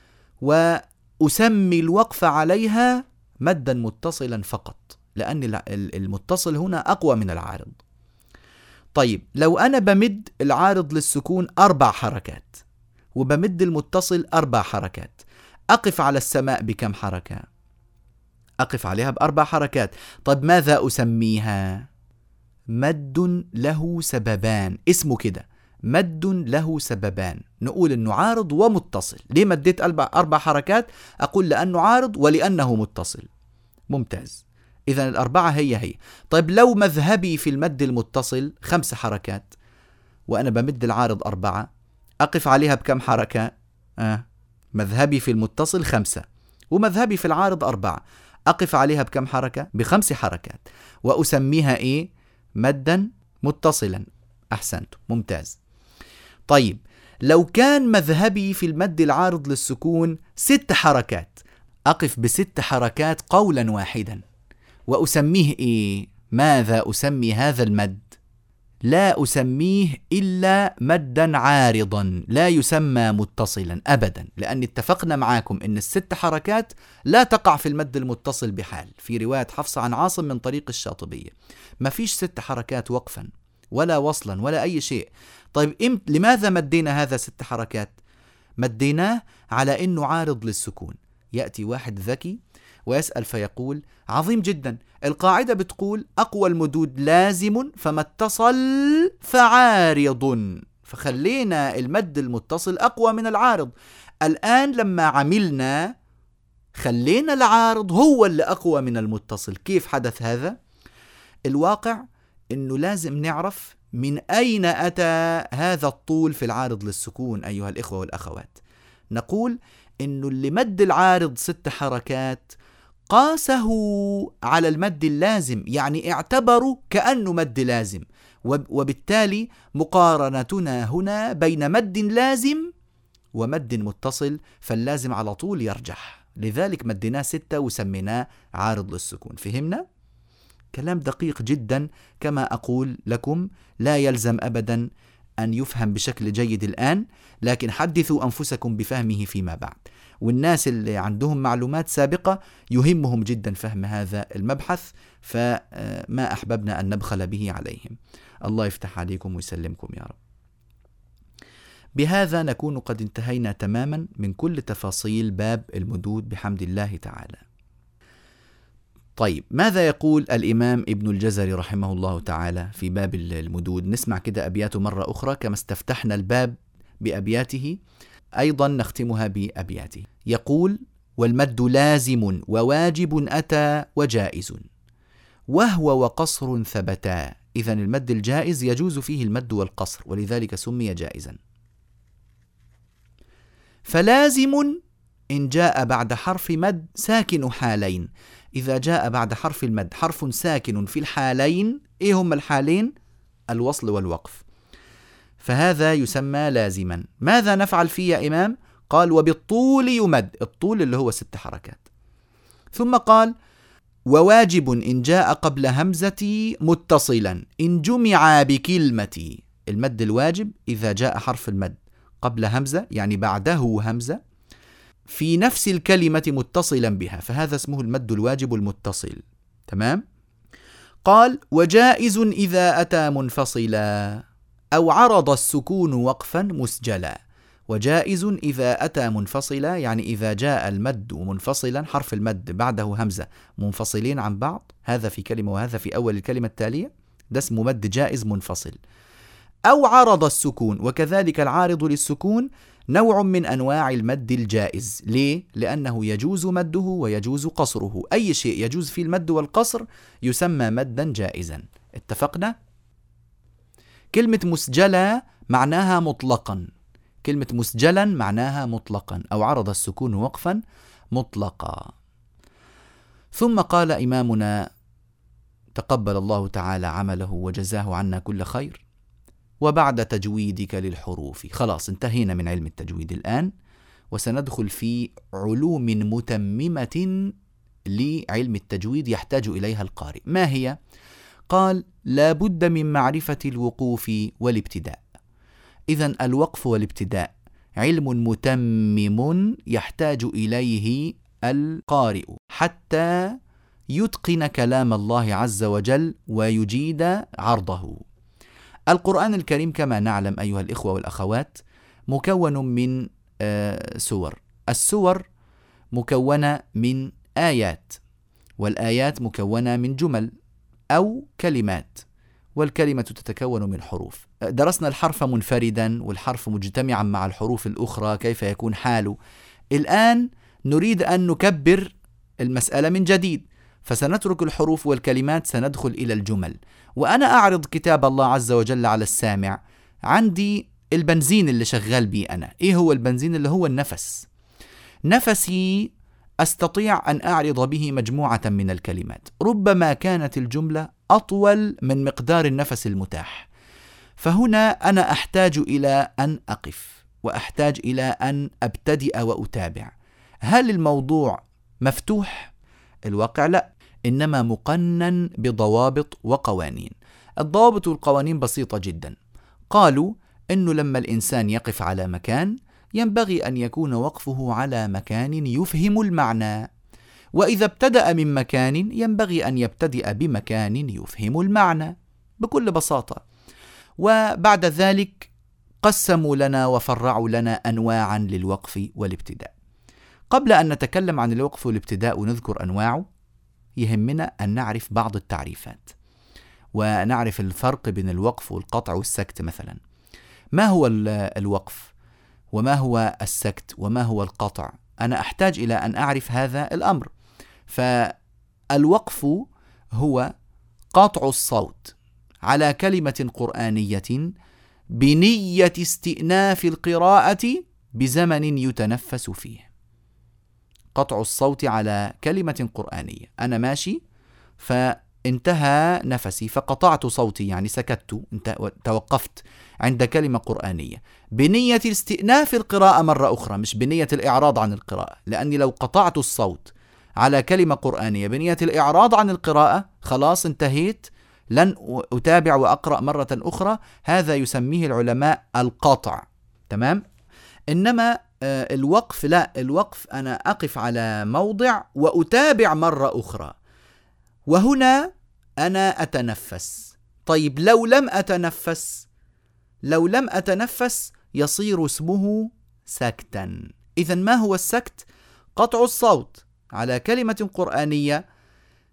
وأسمي الوقف عليها مدا متصلا فقط، لأن المتصل هنا أقوى من العارض. طيب لو أنا بمد العارض للسكون أربع حركات وبمد المتصل أربع حركات، أقف على السماء بكم حركة؟ أقف عليها بأربع حركات. طيب ماذا أسميها؟ مد له سببان، اسمه كده مد له سببان. نقول إنه عارض ومتصل. ليه مديت أربع حركات؟ أقول لأنه عارض ولأنه متصل. ممتاز، إذن الأربعة هي هي. طيب لو مذهبي في المد المتصل خمس حركات وأنا بمد العارض أربعة، أقف عليها بكم حركة؟ آه. مذهبي في المتصل خمسة ومذهبي في العارض أربعة، أقف عليها بكم حركة؟ بخمس حركات، وأسميها إيه؟ مدا متصلا. أحسنت، ممتاز. طيب لو كان مذهبي في المد العارض للسكون ست حركات، أقف بست حركات قولا واحدا، وأسميه إيه؟ ماذا أسمي هذا المد؟ لا أسميه إلا مدا عارضا، لا يسمى متصلا أبدا، لأن اتفقنا معاكم أن الست حركات لا تقع في المد المتصل بحال. في رواية حفصة عن عاصم من طريق الشاطبية ما فيش ست حركات وقفا ولا وصلا ولا أي شيء. طيب إمت لماذا مدينا هذا ست حركات؟ مديناه على أنه عارض للسكون. يأتي واحد ذكي ويسأل فيقول: عظيم جدا، القاعدة بتقول أقوى المدود لازم فما اتصل فعارض، فخلينا المد المتصل أقوى من العارض. الآن لما عملنا خلينا العارض هو اللي أقوى من المتصل. كيف حدث هذا؟ الواقع أنه لازم نعرف من أين أتى هذا الطول في العارض للسكون أيها الإخوة والأخوات. نقول أنه اللي مد العارض ست حركات قاسه على المد اللازم، يعني اعتبروا كأنه مد لازم، وبالتالي مقارنتنا هنا بين مد لازم ومد متصل، فاللازم على طول يرجح، لذلك مدناه ستة وسميناه عارض للسكون. فهمنا؟ كلام دقيق جدا كما أقول لكم، لا يلزم أبدا أن يفهم بشكل جيد الآن، لكن حدثوا أنفسكم بفهمه فيما بعد. والناس اللي عندهم معلومات سابقة يهمهم جدا فهم هذا المبحث، فما أحببنا أن نبخل به عليهم. الله يفتح عليكم ويسلمكم يا رب. بهذا نكون قد انتهينا تماما من كل تفاصيل باب المدود بحمد الله تعالى. طيب ماذا يقول الإمام ابن الجزري رحمه الله تعالى في باب المدود؟ نسمع كده أبياته مرة أخرى كما استفتحنا الباب بأبياته، أيضا نختمها بأبياته. يقول: والمد لازم وواجب أتى وجائز وهو وقصر ثبتا. إذن المد الجائز يجوز فيه المد والقصر، ولذلك سمي جائزا. فلازم إن جاء بعد حرف مد ساكن حالين. إذا جاء بعد حرف المد حرف ساكن في الحالين، إيه هم الحالين؟ الوصل والوقف، فهذا يسمى لازما. ماذا نفعل فيه يا إمام؟ قال: وبالطول يمد، الطول اللي هو ست حركات. ثم قال: وواجب إن جاء قبل همزتي متصلا إن جمع بكلمتي. المد الواجب إذا جاء حرف المد قبل همزة، يعني بعده همزة في نفس الكلمة متصلا بها، فهذا اسمه المد الواجب المتصل. تمام؟ قال: وجائز إذا أتى منفصلا أو عرض السكون وقفا مسجلا. وجائز إذا أتى منفصلا، يعني إذا جاء المد منفصلا، حرف المد بعده همزة منفصلين عن بعض، هذا في كلمة وهذا في أول الكلمة التالية، ده اسمه مد جائز منفصل. أو عرض السكون، وكذلك العارض للسكون نوع من أنواع المد الجائز. ليه؟ لأنه يجوز مده ويجوز قصره، أي شيء يجوز فيه المد والقصر يسمى مدا جائزا. اتفقنا؟ كلمة مسجلة معناها مطلقا، كلمة مسجلا معناها مطلقا، أو عرض السكون وقفا مطلقا. ثم قال إمامنا تقبل الله تعالى عمله وجزاه عنا كل خير: وبعد تجويدك للحروف. خلاص انتهينا من علم التجويد الآن، وسندخل في علوم متممة لعلم التجويد يحتاج إليها القارئ. ما هي؟ قال: لا بد من معرفة الوقوف والابتداء. إذن الوقف والابتداء علم متمم يحتاج إليه القارئ حتى يتقن كلام الله عز وجل ويجيد عرضه. القرآن الكريم كما نعلم أيها الإخوة والأخوات مكون من آه سور. السور مكونة من آيات، والآيات مكونة من جمل أو كلمات، والكلمة تتكون من حروف. درسنا الحرف منفردا والحرف مجتمعا مع الحروف الأخرى كيف يكون حاله. الآن نريد أن نكبر المسألة من جديد، فسنترك الحروف والكلمات، سندخل إلى الجمل. وأنا أعرض كتاب الله عز وجل على السامع، عندي البنزين اللي شغال بي أنا. إيه هو البنزين؟ اللي هو النفس. نفسي أستطيع أن أعرض به مجموعة من الكلمات، ربما كانت الجملة أطول من مقدار النفس المتاح، فهنا أنا أحتاج إلى أن أقف وأحتاج إلى أن أبتدئ وأتابع. هل الموضوع مفتوح؟ الواقع لا، إنما مقنن بضوابط وقوانين. الضوابط والقوانين بسيطة جدا. قالوا إنه لما الإنسان يقف على مكان ينبغي أن يكون وقفه على مكان يفهم المعنى، وإذا ابتدأ من مكان ينبغي أن يبتدئ بمكان يفهم المعنى بكل بساطة. وبعد ذلك قسموا لنا وفرعوا لنا أنواعا للوقف والابتداء. قبل أن نتكلم عن الوقف والابتداء ونذكر أنواعه، يهمنا أن نعرف بعض التعريفات ونعرف الفرق بين الوقف والقطع والسكت. مثلا ما هو الوقف وما هو السكت وما هو القطع؟ أنا أحتاج إلى أن أعرف هذا الأمر. فالوقف هو قطع الصوت على كلمة قرآنية بنية استئناف القراءة بزمن يتنفس فيه. قطع الصوت على كلمة قرآنية، أنا ماشي فانتهى نفسي فقطعت صوتي، يعني سكت، توقفت عند كلمة قرآنية بنية استئناف القراءة مرة أخرى، مش بنية الإعراض عن القراءة، لأني لو قطعت الصوت على كلمة قرآنية بنية الإعراض عن القراءة خلاص انتهيت، لن أتابع وأقرأ مرة أخرى. هذا يسميه العلماء القطع. تمام؟ إنما الوقف لا، الوقف أنا أقف على موضع وأتابع مرة أخرى، وهنا أنا أتنفس. طيب لو لم أتنفس، لو لم أتنفس يصير اسمه سكتا. إذن ما هو السكت؟ قطع الصوت على كلمة قرآنية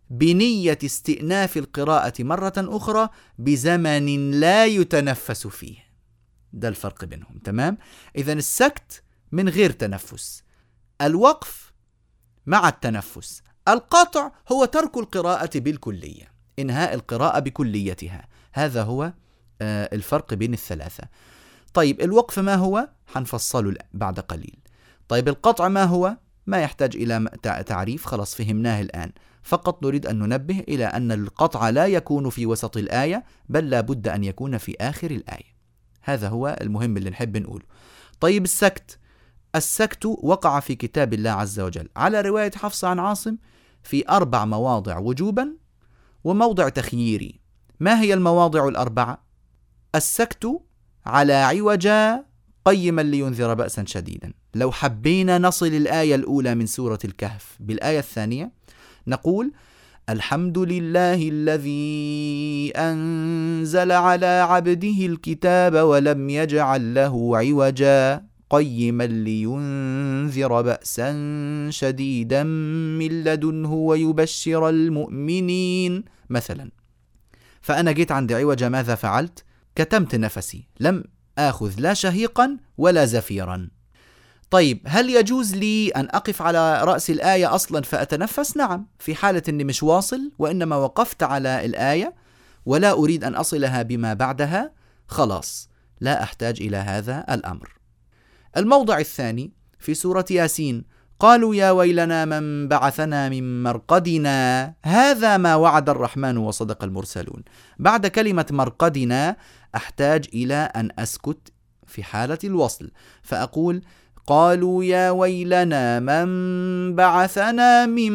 بنية استئناف القراءة مرة أخرى بزمن لا يتنفس فيه. ده الفرق بينهم، تمام؟ إذن السكت من غير تنفس، الوقف مع التنفس، القطع هو ترك القراءة بالكلية، إنهاء القراءة بكليتها. هذا هو الفرق بين الثلاثة. طيب الوقف ما هو؟ حنفصله بعد قليل. طيب القطع ما هو؟ ما يحتاج إلى تعريف، خلاص فهمناه الآن. فقط نريد أن ننبه إلى أن القطع لا يكون في وسط الآية، بل لا بد أن يكون في آخر الآية. هذا هو المهم اللي نحب نقوله. طيب السكت، السكت وقع في كتاب الله عز وجل على رواية حفص عن عاصم في أربع مواضع وجوبا وموضع تخييري. ما هي المواضع الأربعة؟ السكت على عوجا قيما لينذر بأسا شديدا. لو حبينا نصل الآية الأولى من سورة الكهف بالآية الثانية نقول: الحمد لله الذي أنزل على عبده الكتاب ولم يجعل له عوجا قيما لينذر بأسا شديدا من لدنه ويبشر المؤمنين مثلا. فأنا جيت عند عوجا، ماذا فعلت؟ كتمت نفسي، لم آخذ لا شهيقا ولا زفيرا. طيب هل يجوز لي أن أقف على رأس الآية أصلا فأتنفس؟ نعم، في حالة أني مش واصل وإنما وقفت على الآية ولا أريد أن أصلها بما بعدها، خلاص لا أحتاج إلى هذا الأمر. الموضع الثاني في سورة ياسين: قالوا يا ويلنا من بعثنا من مرقدنا هذا ما وعد الرحمن وصدق المرسلون. بعد كلمة مرقدنا أحتاج إلى أن أسكت في حالة الوصل، فأقول: قالوا يا ويلنا من بعثنا من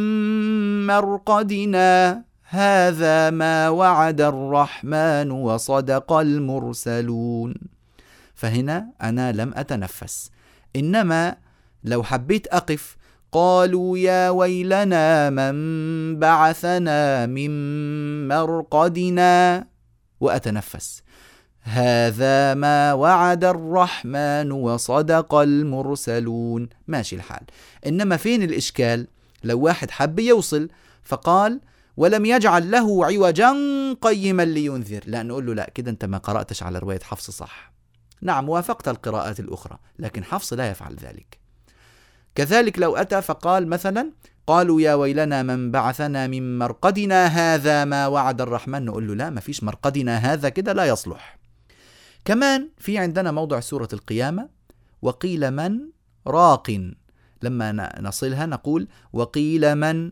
مرقدنا هذا ما وعد الرحمن وصدق المرسلون. فهنا أنا لم أتنفس، إنما لو حبيت أقف: قالوا يا ويلنا من بعثنا من مرقدنا وأتنفس، هذا ما وعد الرحمن وصدق المرسلون، ماشي الحال. إنما فين الإشكال؟ لو واحد حب يوصل فقال: ولم يجعل له عوجا قيما لينذر، لا نقول له: لا كده أنت ما قرأتش على رواية حفص صح. نعم وافقت القراءات الأخرى، لكن حفص لا يفعل ذلك. كذلك لو أتى فقال مثلا: قالوا يا ويلنا من بعثنا من مرقدنا هذا ما وعد الرحمن، نقول له: لا ما فيش مرقدنا هذا، كده لا يصلح. كمان في عندنا موضع سورة القيامة: وقيل من راق، لما نصلها نقول: وقيل من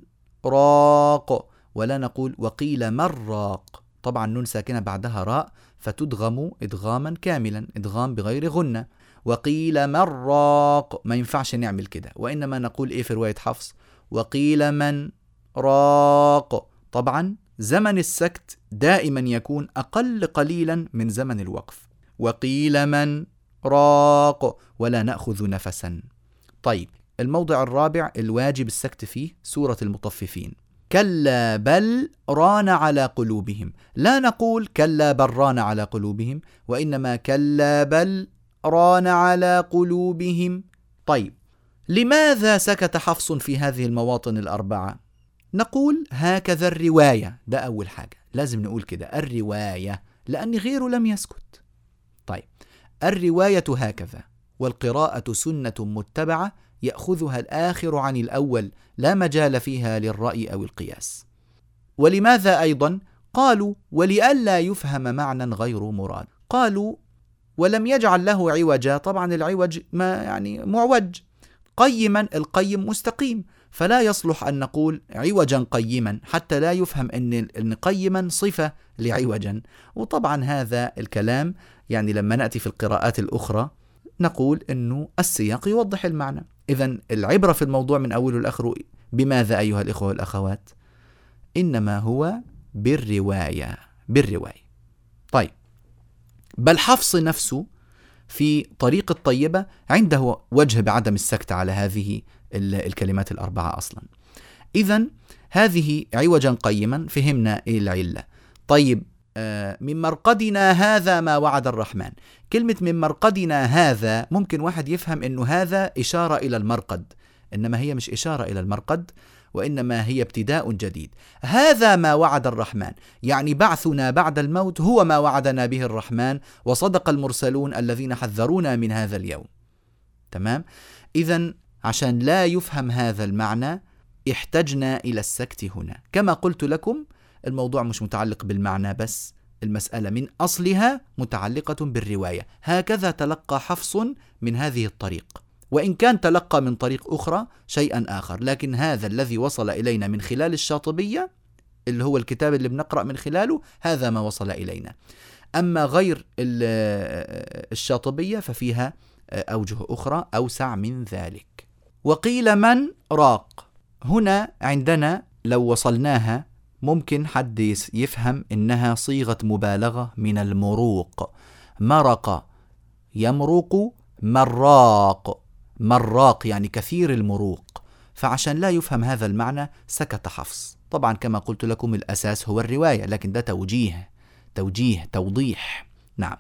راق، ولا نقول وقيل من راق. طبعا نون ساكنة بعدها راء فتدغم إدغاما كاملا، إدغام بغير غنة. وقيل من راق ما ينفعش نعمل كده، وإنما نقول إيه في رواية حفص؟ وقيل من راق. طبعا زمن السكت دائما يكون أقل قليلا من زمن الوقف. وقيل من راق ولا نأخذ نفسا. طيب الموضع الرابع الواجب السكت فيه سورة المطففين: كلا بل ران على قلوبهم. لا نقول كلا بل ران على قلوبهم، وإنما كلا بل ران على قلوبهم. طيب لماذا سكت حفص في هذه المواطن الأربعة؟ نقول هكذا الرواية، ده أول حاجة لازم نقول كده، الرواية، لأن غيره لم يسكت. طيب الرواية هكذا، والقراءة سنة متبعة يأخذها الآخر عن الأول، لا مجال فيها للرأي أو القياس. ولماذا أيضا؟ قالوا ولئلا يفهم معنى غير مراد. قالوا ولم يجعل له عوجا، طبعا العوج ما يعني معوج، قيما القيم مستقيم، فلا يصلح أن نقول عوجا قيما حتى لا يفهم أن قيما صفة لعوجا. وطبعا هذا الكلام يعني لما نأتي في القراءات الأخرى نقول أنه السياق يوضح المعنى. إذن العبرة في الموضوع من أوله لآخره بماذا أيها الإخوة والأخوات؟ إنما هو بالرواية، بالرواية. طيب بل حفص نفسه في طريق الطيبة عنده وجه بعدم السكت على هذه الكلمات الأربعة أصلا. إذن هذه عوجا قيما فهمنا إيه العلة. طيب آه من مرقدنا هذا ما وعد الرحمن، كلمة من مرقدنا هذا ممكن واحد يفهم أنه هذا إشارة إلى المرقد، إنما هي مش إشارة إلى المرقد، وإنما هي ابتداء جديد. هذا ما وعد الرحمن، يعني بعثنا بعد الموت هو ما وعدنا به الرحمن، وصدق المرسلون الذين حذرونا من هذا اليوم. تمام؟ إذن عشان لا يفهم هذا المعنى احتجنا إلى السكت هنا. كما قلت لكم الموضوع مش متعلق بالمعنى بس، المسألة من أصلها متعلقة بالرواية. هكذا تلقى حفص من هذه الطريق، وإن كان تلقى من طريق أخرى شيئا آخر، لكن هذا الذي وصل إلينا من خلال الشاطبية اللي هو الكتاب اللي بنقرأ من خلاله، هذا ما وصل إلينا. أما غير الشاطبية ففيها أوجه أخرى أوسع من ذلك. وقيل من راق، هنا عندنا لو وصلناها ممكن حد يفهم إنها صيغة مبالغة من المروق، مرق يمرق، مراق مراق يعني كثير المروق، فعشان لا يفهم هذا المعنى سكت حفص. طبعا كما قلت لكم الأساس هو الرواية، لكن ده توجيه توجيه توضيح. نعم.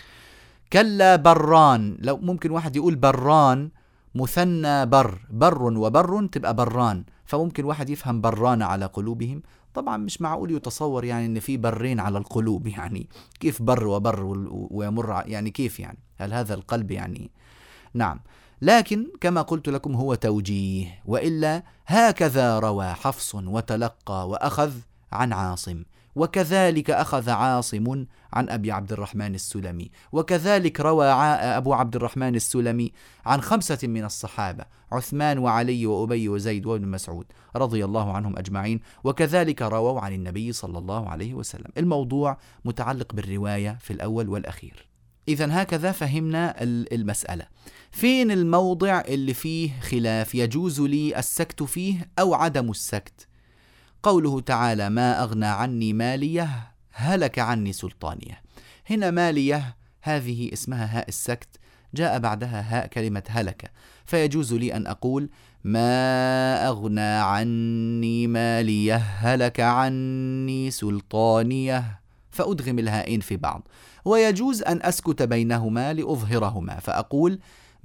كلا بران، لو ممكن واحد يقول بران مثنى بر، بر وبر تبقى بران، فممكن واحد يفهم بران على قلوبهم. طبعا مش معقول يتصور يعني ان في برين على القلوب، يعني كيف بر وبر ويمر، يعني كيف يعني هل هذا القلب يعني؟ نعم، لكن كما قلت لكم هو توجيه، وإلا هكذا روى حفص وتلقى وأخذ عن عاصم، وكذلك أخذ عاصم عن أبي عبد الرحمن السلمي، وكذلك روى أبو عبد الرحمن السلمي عن خمسة من الصحابة، عثمان وعلي وأبي وزيد وابن مسعود رضي الله عنهم أجمعين، وكذلك رووا عن النبي صلى الله عليه وسلم. الموضوع متعلق بالرواية في الأول والأخير. إذن هكذا فهمنا المسألة. فين الموضع اللي فيه خلاف يجوز لي السكت فيه أو عدم السكت؟ قوله تعالى ما أغنى عني ماليه هلك عني سلطانيه. هنا ماليه هذه اسمها هاء السكت، جاء بعدها هاء كلمة هلك، فيجوز لي أن أقول ما أغنى عني ماليه هلك عني سلطانيه، فأدغم الهائين في بعض. ويجوز أن أسكت بينهما لأظهرهما، فأقول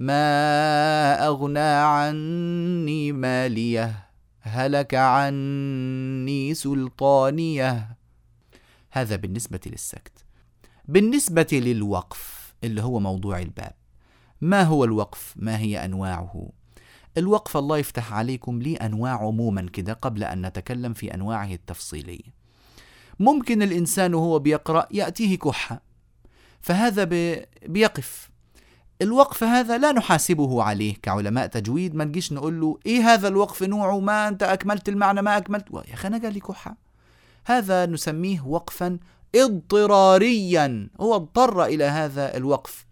ما أغنى عني ماليه هلك عني سلطانيه. هذا بالنسبة للسكت. بالنسبة للوقف اللي هو موضوع الباب، ما هو الوقف؟ ما هي أنواعه؟ الوقف الله يفتح عليكم لي أنواع عموما كده قبل أن نتكلم في أنواعه التفصيلية. ممكن الإنسان وهو بيقرأ يأتيه كحة، فهذا بيقف. الوقف هذا لا نحاسبه عليه كعلماء تجويد، ما نجيش نقول له إيه هذا الوقف نوعه، ما أنت أكملت المعنى ما أكملت، يا أخي أنا جالي كحة. هذا نسميه وقفا اضطراريا، هو اضطر إلى هذا الوقف،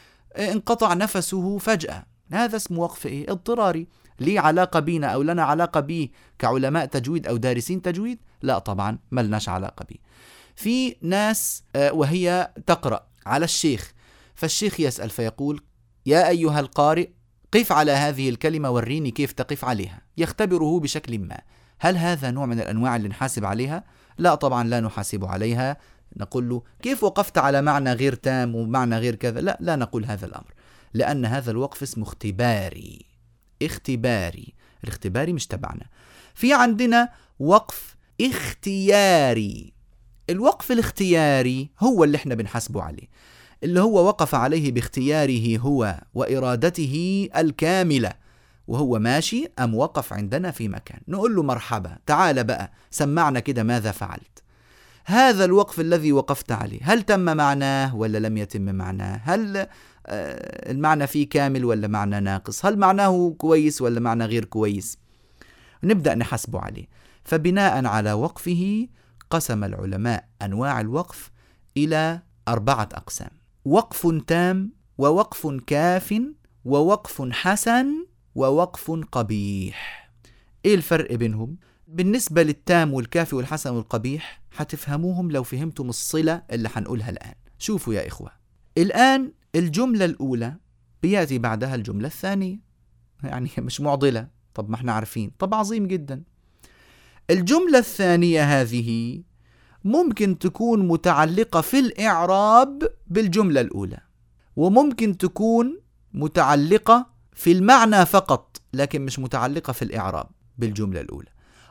انقطع نفسه فجأة، هذا اسمه وقف إيه؟ اضطراري. ليه علاقة بينا أو لنا علاقة بيه كعلماء تجويد أو دارسين تجويد؟ لا طبعا ملناش علاقة بيه. في ناس وهي تقرأ على الشيخ، فالشيخ يسأل فيقول يا أيها القارئ قف على هذه الكلمة وريني كيف تقف عليها، يختبره بشكل ما. هل هذا نوع من الأنواع اللي نحاسب عليها؟ لا طبعا لا نحاسب عليها. نقول له كيف وقفت على معنى غير تام ومعنى غير كذا؟ لا لا نقول هذا الأمر، لأن هذا الوقف اسمه اختباري. اختباري الاختباري مش تبعنا. في عندنا وقف اختياري. الوقف الاختياري هو اللي احنا بنحاسبه عليه، اللي هو وقف عليه باختياره هو وإرادته الكاملة، وهو ماشي أم وقف عندنا في مكان، نقول له مرحبا تعال بقى سمعنا كده ماذا فعلت. هذا الوقف الذي وقفت عليه هل تم معناه ولا لم يتم معناه؟ هل المعنى فيه كامل ولا معنى ناقص؟ هل معناه كويس ولا معنى غير كويس؟ نبدأ نحسبه عليه. فبناء على وقفه قسم العلماء أنواع الوقف إلى أربعة أقسام: وقف تام، ووقف كاف، ووقف حسن، ووقف قبيح. إيه الفرق بينهم؟ بالنسبة للتام والكافي والحسن والقبيح هتفهموهم لو فهمتم الصلة اللي هنقولها الآن. شوفوا يا إخوة، الآن الجملة الأولى بيأتي بعدها الجملة الثانية، يعني مش معضلة. طب ما احنا عارفين، طب عظيم جدا. الجملة الثانية هذه ممكن تكون متعلقة في الإعراب بالجملة الأولى، وممكن تكون متعلقة في المعنى فقط لكن مش متعلقة في الإعراب بالجملة الأولى.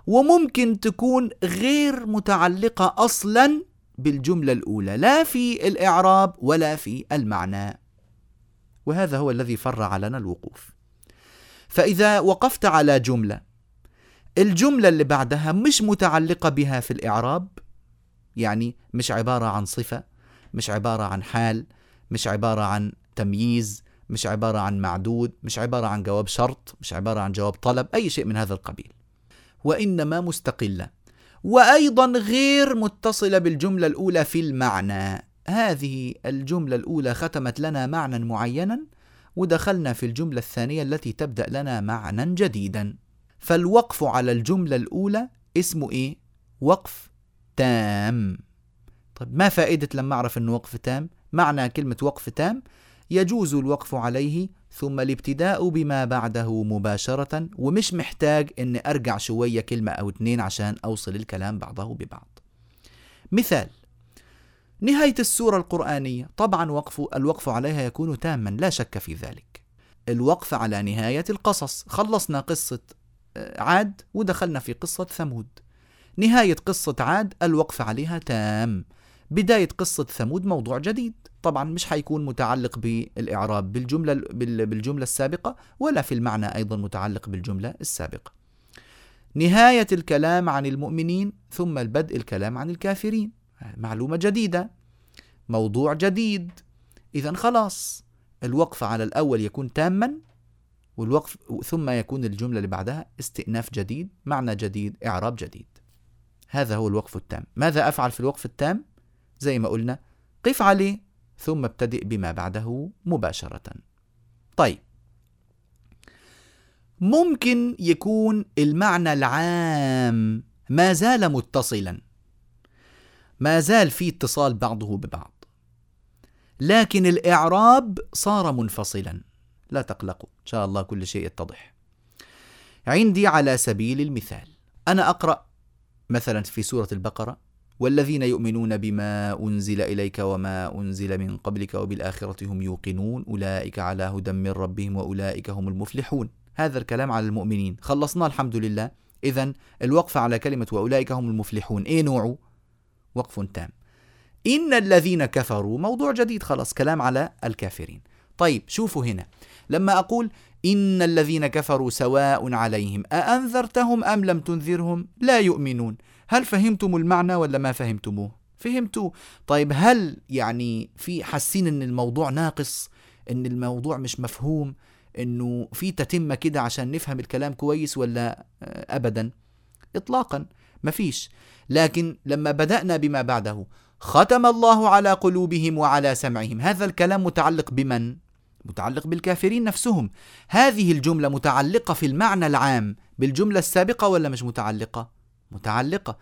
وممكن تكون غير متعلقة أصلا بالجملة الأولى، لا في الإعراب ولا في المعنى، وهذا هو الذي فرع لنا الوقوف. فإذا وقفت على جملة الجملة اللي بعدها مش متعلقة بها في الإعراب، يعني مش عبارة عن صفة، مش عبارة عن حال، مش عبارة عن تمييز، مش عبارة عن معدود، مش عبارة عن جواب شرط، مش عبارة عن جواب طلب، أي شيء من هذا القبيل، وإنما مستقلة، وأيضا غير متصلة بالجملة الأولى في المعنى. هذه الجملة الأولى ختمت لنا معنى معينا، ودخلنا في الجملة الثانية التي تبدأ لنا معنى جديدا. فالوقف على الجملة الأولى اسمه إيه؟ وقف تام. طيب ما فائدة لما أعرف أنه وقف تام؟ معنى كلمة وقف تام: يجوز الوقف عليه ثم الابتداء بما بعده مباشرة، ومش محتاج أن أرجع شوية كلمة أو اتنين عشان أوصل الكلام بعضه ببعض. مثال: نهاية السورة القرآنية، طبعا وقف الوقف عليها يكون تاما لا شك في ذلك. الوقف على نهاية القصص، خلصنا قصة عاد ودخلنا في قصة ثمود، نهاية قصة عاد الوقف عليها تام، بداية قصة ثمود موضوع جديد، طبعا مش حيكون متعلق بالإعراب بالجملة بالجملة السابقة ولا في المعنى أيضا متعلق بالجملة السابقة. نهاية الكلام عن المؤمنين ثم البدء الكلام عن الكافرين، معلومة جديدة، موضوع جديد، إذن خلاص الوقف على الأول يكون تاما، والوقف ثم يكون الجملة اللي بعدها استئناف جديد، معنى جديد، إعراب جديد. هذا هو الوقف التام. ماذا أفعل في الوقف التام؟ زي ما قلنا قف عليه ثم ابتدئ بما بعده مباشرة. طيب ممكن يكون المعنى العام ما زال متصلا، ما زال في اتصال بعضه ببعض، لكن الإعراب صار منفصلا. لا تقلقوا إن شاء الله كل شيء يتضح. عندي على سبيل المثال أنا أقرأ مثلا في سورة البقرة: والذين يؤمنون بما أنزل إليك وما أنزل من قبلك وبالآخرة هم يوقنون أولئك على هدى من ربهم وأولئك هم المفلحون. هذا الكلام على المؤمنين، خلصنا الحمد لله. إذن الوقف على كلمة وأولئك هم المفلحون إيه نوعه؟ وقف تام. إن الذين كفروا موضوع جديد، خلاص كلام على الكافرين. طيب شوفوا هنا لما أقول إن الذين كفروا سواء عليهم أأنذرتهم أم لم تنذرهم لا يؤمنون، هل فهمتم المعنى ولا ما فهمتموه؟ فهمتوا. طيب هل يعني في حاسين ان الموضوع ناقص، ان الموضوع مش مفهوم، انه في تتمة كده عشان نفهم الكلام كويس، ولا ابدا؟ اطلاقا مفيش. لكن لما بدأنا بما بعده ختم الله على قلوبهم وعلى سمعهم، هذا الكلام متعلق بمن؟ متعلق بالكافرين نفسهم. هذه الجملة متعلقة في المعنى العام بالجملة السابقة ولا مش متعلقة؟ متعلقة.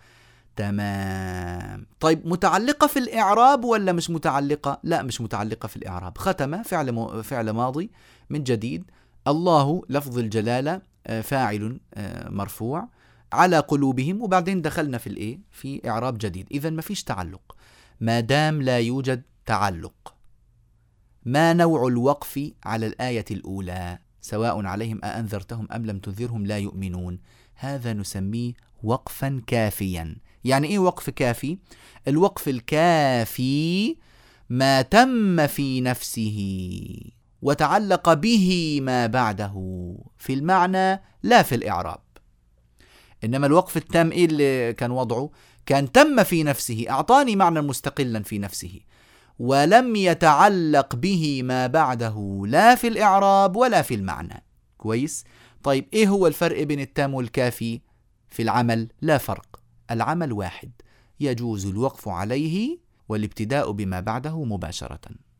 تمام. طيب متعلقة في الإعراب ولا مش متعلقة؟ لا مش متعلقة في الإعراب. ختم فعل م... فعل ماضي من جديد، الله لفظ الجلالة فاعل مرفوع، على قلوبهم، وبعدين دخلنا في الإيه؟ في إعراب جديد. إذن ما فيش تعلق. ما دام لا يوجد تعلق، ما نوع الوقف على الآية الأولى؟ سواء عليهم أأنذرتهم أم لم تنذرهم لا يؤمنون. هذا نسميه وقفا كافيا. يعني إيه وقف كافي؟ الوقف الكافي ما تم في نفسه وتعلق به ما بعده في المعنى لا في الإعراب. إنما الوقف التام إيه اللي كان وضعه؟ كان تم في نفسه، أعطاني معنى مستقلا في نفسه، ولم يتعلق به ما بعده لا في الإعراب ولا في المعنى. كويس؟ طيب إيه هو الفرق بين التام والكافي في العمل؟ لا فرق، العمل واحد، يجوز الوقف عليه والابتداء بما بعده مباشرة.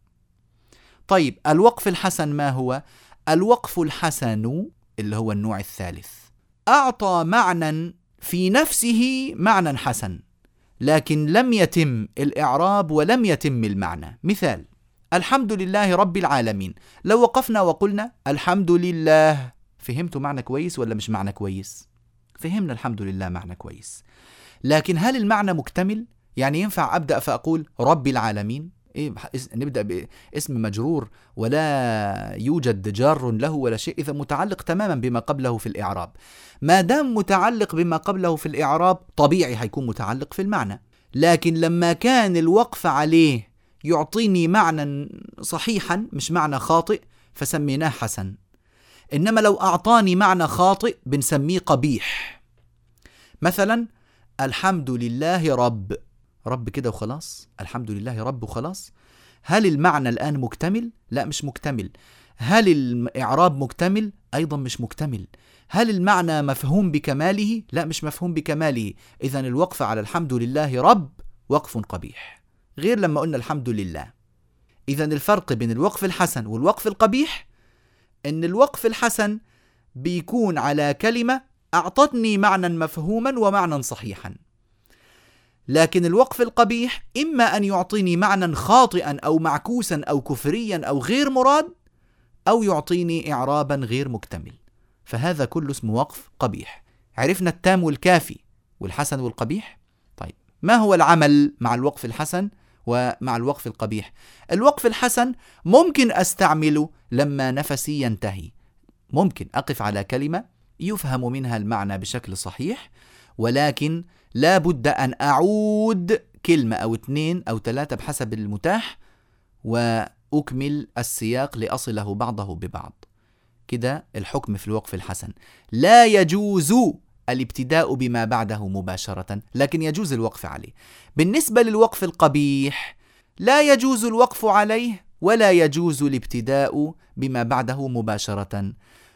طيب الوقف الحسن ما هو؟ الوقف الحسن اللي هو النوع الثالث أعطى معنى في نفسه معنى حسن، لكن لم يتم الإعراب ولم يتم المعنى. مثال: الحمد لله رب العالمين. لو وقفنا وقلنا الحمد لله، فهمتوا معنى كويس ولا مش معنى كويس؟ فهمنا الحمد لله معنى كويس، لكن هل المعنى مكتمل؟ يعني ينفع أبدأ فأقول رب العالمين؟ إيه نبدأ باسم مجرور ولا يوجد جار له ولا شيء، إذا متعلق تماما بما قبله في الإعراب. ما دام متعلق بما قبله في الإعراب طبيعي هيكون متعلق في المعنى. لكن لما كان الوقف عليه يعطيني معنى صحيحا مش معنى خاطئ فسميناه حسن، إنما لو أعطاني معنى خاطئ بنسميه قبيح. مثلا الحمد لله رب، رب كده وخلاص، الحمد لله رب وخلاص. هل المعنى الآن مكتمل؟ لا مش مكتمل. هل الإعراب مكتمل؟ أيضا مش مكتمل. هل المعنى مفهوم بكماله؟ لا مش مفهوم بكماله. إذن الوقف على الحمد لله رب وقف قبيح، غير لما قلنا الحمد لله. إذن الفرق بين الوقف الحسن والوقف القبيح إن الوقف الحسن بيكون على كلمة أعطتني معنى مفهوما ومعنى صحيحا، لكن الوقف القبيح إما أن يعطيني معنى خاطئا أو معكوسا أو كفريا أو غير مراد، أو يعطيني إعرابا غير مكتمل، فهذا كله اسمه وقف قبيح. عرفنا التام والكافي والحسن والقبيح. طيب ما هو العمل مع الوقف الحسن ومع الوقف القبيح؟ الوقف الحسن ممكن أستعمله لما نفسي ينتهي، ممكن أقف على كلمة يفهم منها المعنى بشكل صحيح، ولكن لا بد أن أعود كلمة أو اثنين أو ثلاثة بحسب المتاح وأكمل السياق لأصله بعضه ببعض. كده الحكم في الوقف الحسن. لا يجوز الابتداء بما بعده مباشرة، لكن يجوز الوقف عليه. بالنسبة للوقف القبيح لا يجوز الوقف عليه ولا يجوز الابتداء بما بعده مباشرة،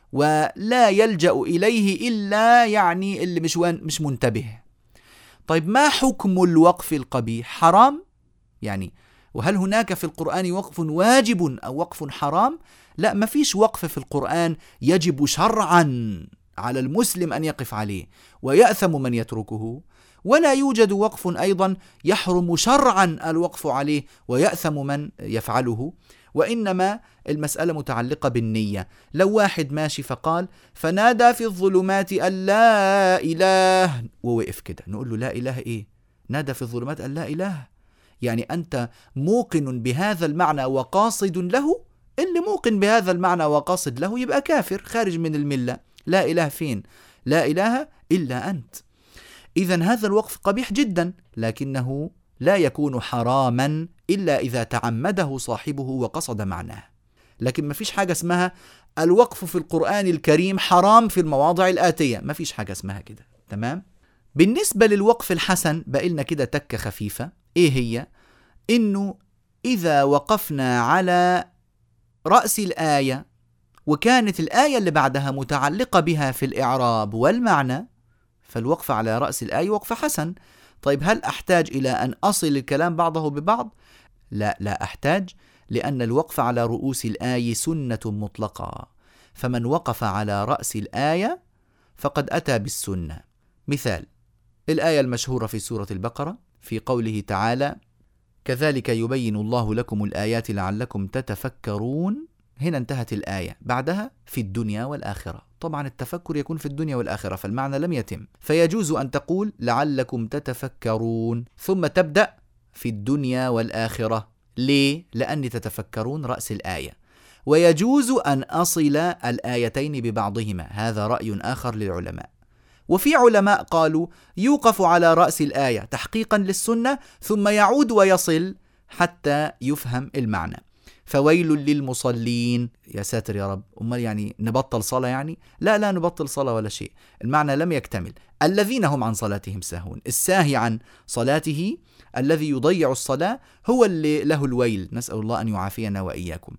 ولا يلجأ إليه إلا يعني اللي مش مش منتبه. طيب ما حكم الوقف القبيح؟ حرام يعني؟ وهل هناك في القرآن وقف واجب أو وقف حرام؟ لا، ما فيش وقف في القرآن يجب شرعا على المسلم أن يقف عليه ويأثم من يتركه، ولا يوجد وقف أيضا يحرم شرعا الوقف عليه ويأثم من يفعله، وإنما المسألة متعلقة بالنية. لو واحد ماشي فقال فنادى في الظلمات أن لا إله، ووقف كده، نقول له لا إله إيه؟ نادى في الظلمات أن لا إله، يعني أنت موقن بهذا المعنى وقاصد له؟ اللي موقن بهذا المعنى وقاصد له يبقى كافر خارج من الملة. لا إله فين؟ لا إله إلا أنت. إذن هذا الوقف قبيح جدا، لكنه لا يكون حراما إلا إذا تعمده صاحبه وقصد معناه. لكن ما فيش حاجة اسمها الوقف في القرآن الكريم حرام في المواضع الآتية، ما فيش حاجة اسمها كده. تمام؟ بالنسبة للوقف الحسن بقلنا كده تكة خفيفة. إيه هي؟ إنه إذا وقفنا على رأس الآية وكانت الآية اللي بعدها متعلقة بها في الإعراب والمعنى، فالوقف على رأس الآية وقف حسن. طيب هل أحتاج إلى أن أصل الكلام بعضه ببعض؟ لا لا أحتاج، لأن الوقف على رؤوس الآية سنة مطلقة، فمن وقف على رأس الآية فقد أتى بالسنة. مثال الآية المشهورة في سورة البقرة في قوله تعالى كذلك يبين الله لكم الآيات لعلكم تتفكرون. هنا انتهت الآية، بعدها في الدنيا والآخرة. طبعا التفكر يكون في الدنيا والآخرة، فالمعنى لم يتم، فيجوز أن تقول لعلكم تتفكرون ثم تبدأ في الدنيا والآخرة. ليه؟ لأن تتفكرون رأس الآية، ويجوز أن أصل الآيتين ببعضهما، هذا رأي آخر للعلماء. وفي علماء قالوا يوقف على رأس الآية تحقيقا للسنة ثم يعود ويصل حتى يفهم المعنى. فويل للمصلين، يا ساتر يا رب، أمال يعني نبطل صلاة يعني؟ لا لا نبطل صلاة ولا شيء، المعنى لم يكتمل. الذين هم عن صلاتهم ساهون، الساهي عن صلاته الذي يضيع الصلاة هو اللي له الويل، نسأل الله أن يعافينا وإياكم.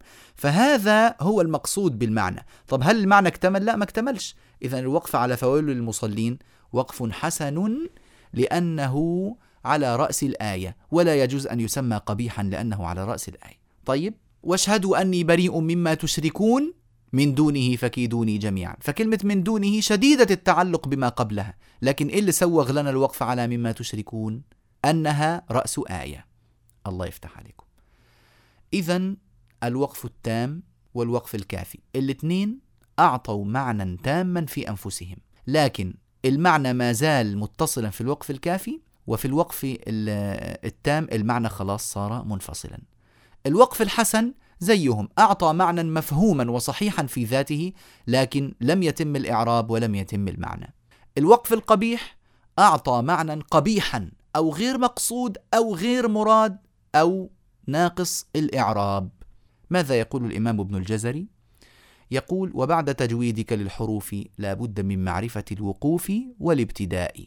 فهذا هو المقصود بالمعنى. طب هل المعنى اكتمل؟ لا ما اكتملش. إذن الوقف على فويل للمصلين وقف حسن لأنه على رأس الآية، ولا يجوز أن يسمى قبيحا لأنه على رأس الآية. طيب واشهدوا أني بريء مما تشركون من دونه فكيدوني جميعا. فكلمة من دونه شديدة التعلق بما قبلها، لكن إيه اللي سوغ لنا الوقف على مما تشركون؟ أنها رأس آية. الله يفتح عليكم. إذن الوقف التام والوقف الكافي الاثنين أعطوا معنى تاما في أنفسهم، لكن المعنى ما زال متصلا في الوقف الكافي، وفي الوقف التام المعنى خلاص صار منفصلا. الوقف الحسن زيهم، أعطى معنى مفهوما وصحيحا في ذاته، لكن لم يتم الإعراب ولم يتم المعنى. الوقف القبيح أعطى معنى قبيحا أو غير مقصود أو غير مراد أو ناقص الإعراب. ماذا يقول الإمام ابن الجزري؟ يقول: وبعد تجويدك للحروف لا بد من معرفة الوقوف والابتداء،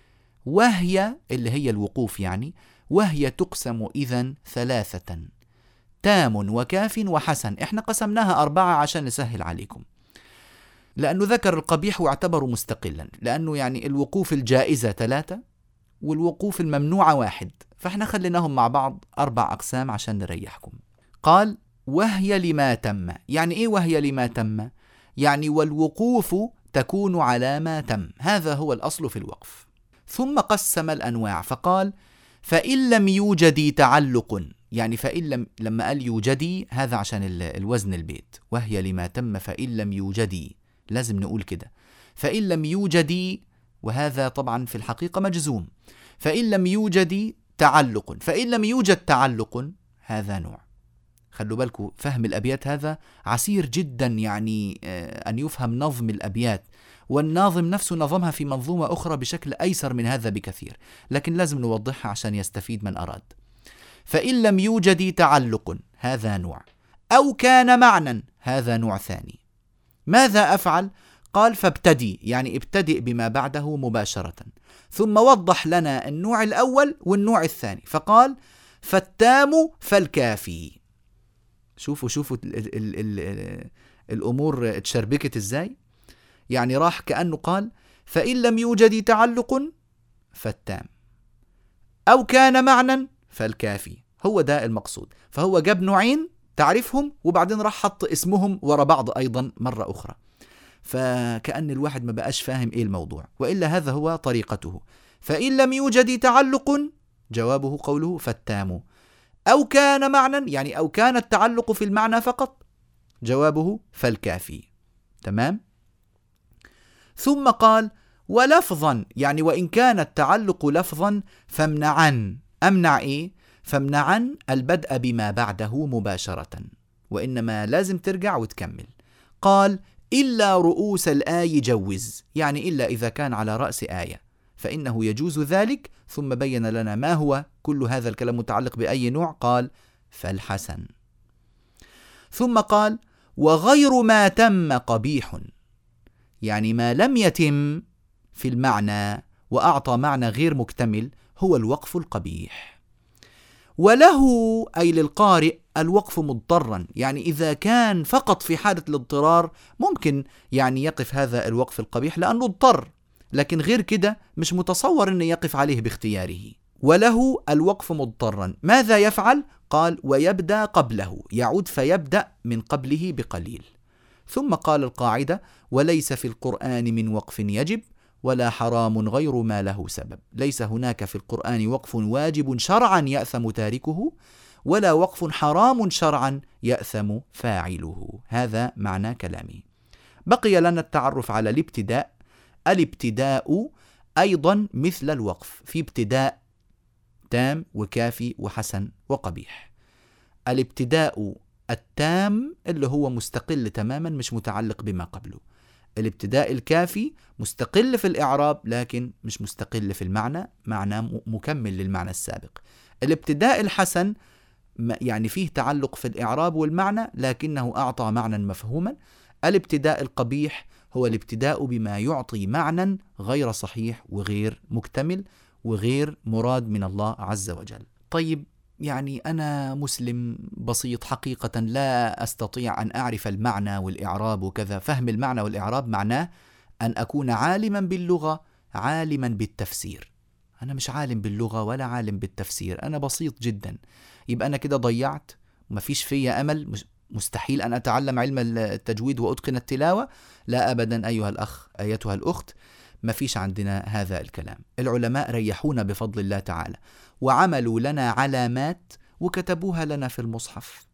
وهي اللي هي الوقوف يعني، وهي تقسم إذن ثلاثة: تام وكاف وحسن. احنا قسمناها أربعة عشان نسهل عليكم، لأنه ذكر القبيح واعتبره مستقلا، لأنه يعني الوقوف الجائزة ثلاثة والوقوف الممنوعة واحد، فاحنا خليناهم مع بعض أربع أقسام عشان نريحكم. قال: وهي لما تم. يعني إيه وهي لما تم؟ يعني والوقوف تكون على ما تم، هذا هو الأصل في الوقف. ثم قسم الأنواع فقال: فإن لم يوجد تعلق، يعني فإن لم لما قال يوجدي هذا عشان الوزن البيت، وهي لما تم فإن لم يوجدي، لازم نقول كده، فإن لم يوجد، وهذا طبعا في الحقيقة مجزوم، فإن لم يوجد تعلق، فإن لم يوجد تعلق هذا نوع. خلوا بالكم، فهم الأبيات هذا عسير جدا، يعني أن يفهم نظم الأبيات، والناظم نفسه نظمها في منظومة أخرى بشكل أيسر من هذا بكثير، لكن لازم نوضحها عشان يستفيد من أراد. فإن لم يوجد تعلق هذا نوع، أو كان معنى هذا نوع ثاني. ماذا أفعل؟ قال: فابتدي، يعني ابتدئ بما بعده مباشرة. ثم وضح لنا النوع الأول والنوع الثاني، فقال: فالتام فالكافي. شوفوا شوفوا ال ال ال ال الأمور تشربكت إزاي. يعني راح كأنه قال: فإن لم يوجد تعلق فالتام، أو كان معنى فالكافي، هو ده المقصود. فهو جاب نوعين تعرفهم وبعدين راح حط اسمهم ورا بعض أيضا مرة أخرى، فكأن الواحد ما بقاش فاهم إيه الموضوع، وإلا هذا هو طريقته. فإن لم يوجد تعلق جوابه قوله فالتام، أو كان معنى يعني أو كان التعلق في المعنى فقط جوابه فالكافي. تمام؟ ثم قال: ولفظا، يعني وإن كان التعلق لفظا فامنعا. أمنع إيه؟ فامنعا البدء بما بعده مباشرة، وإنما لازم ترجع وتكمل. قال: إلا رؤوس الآي جوز، يعني إلا إذا كان على رأس آية فإنه يجوز ذلك. ثم بين لنا ما هو كل هذا الكلام متعلق بأي نوع. قال: فالحسن. ثم قال: وغير ما تم قبيح، يعني ما لم يتم في المعنى وأعطى معنى غير مكتمل هو الوقف القبيح. وله أي للقارئ الوقف مضطرا، يعني إذا كان فقط في حالة الاضطرار ممكن يعني يقف هذا الوقف القبيح لأنه اضطر، لكن غير كده مش متصور أن يقف عليه باختياره. وله الوقف مضطرا، ماذا يفعل؟ قال: ويبدأ قبله، يعود فيبدأ من قبله بقليل. ثم قال القاعدة: وليس في القرآن من وقف يجب ولا حرام غير ما له سبب. ليس هناك في القرآن وقف واجب شرعا يأثم تاركه، ولا وقف حرام شرعا يأثم فاعله. هذا معنى كلامي. بقي لنا التعرف على الابتداء. الابتداء أيضا مثل الوقف، في ابتداء تام وكافي وحسن وقبيح. الابتداء التام اللي هو مستقل تماما مش متعلق بما قبله. الابتداء الكافي مستقل في الإعراب لكن مش مستقل في المعنى، معنى مكمل للمعنى السابق. الابتداء الحسن يعني فيه تعلق في الإعراب والمعنى لكنه أعطى معنى مفهوما. الابتداء القبيح هو الابتداء بما يعطي معنى غير صحيح وغير مكتمل وغير مراد من الله عز وجل. طيب، يعني أنا مسلم بسيط حقيقة، لا أستطيع أن أعرف المعنى والإعراب وكذا. فهم المعنى والإعراب معناه أن أكون عالما باللغة عالما بالتفسير. أنا مش عالم باللغة ولا عالم بالتفسير، أنا بسيط جدا. يبقى أنا كده ضيعت، ما فيش فيا أمل، مستحيل أن أتعلم علم التجويد وأتقن التلاوة. لا أبدا أيها الأخ أيتها الأخت، ما فيش عندنا هذا الكلام. العلماء ريحونا بفضل الله تعالى وعملوا لنا علامات وكتبوها لنا في المصحف.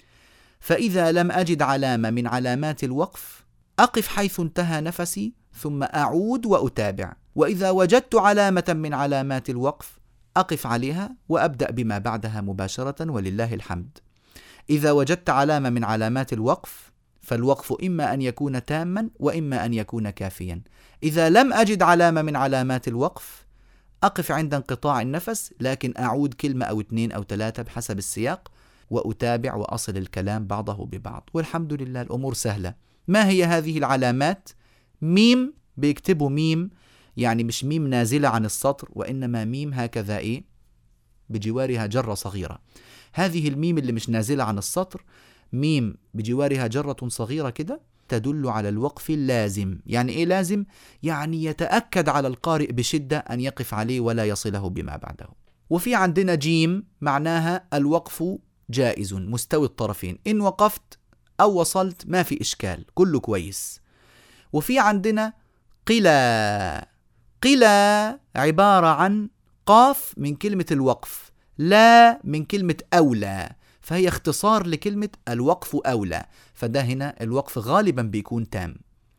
فإذا لم أجد علامة من علامات الوقف أقف حيث انتهى نفسي ثم أعود وأتابع، وإذا وجدت علامة من علامات الوقف أقف عليها وأبدأ بما بعدها مباشرة ولله الحمد. إذا وجدت علامة من علامات الوقف فالوقف إما أن يكون تاما وإما أن يكون كافيا. إذا لم أجد علامة من علامات الوقف أقف عند انقطاع النفس، لكن أعود كلمة أو اثنين أو ثلاثة بحسب السياق وأتابع وأصل الكلام بعضه ببعض، والحمد لله الأمور سهلة. ما هي هذه العلامات؟ ميم، بيكتبوا ميم يعني مش ميم نازلة عن السطر، وإنما ميم هكذا إيه بجوارها جرة صغيرة. هذه الميم اللي مش نازلة عن السطر ميم بجوارها جرة صغيرة كده تدل على الوقف اللازم. يعني إيه لازم؟ يعني يتأكد على القارئ بشدة أن يقف عليه ولا يصله بما بعده. وفي عندنا جيم معناها الوقف جائز مستوي الطرفين، إن وقفت أو وصلت ما في إشكال، كله كويس. وفي عندنا قلا، قلا عبارة عن قاف من كلمة الوقف، لا من كلمة أولى، فهي اختصار لكلمة الوقف أولى، فده هنا الوقف غالبا بيكون تام.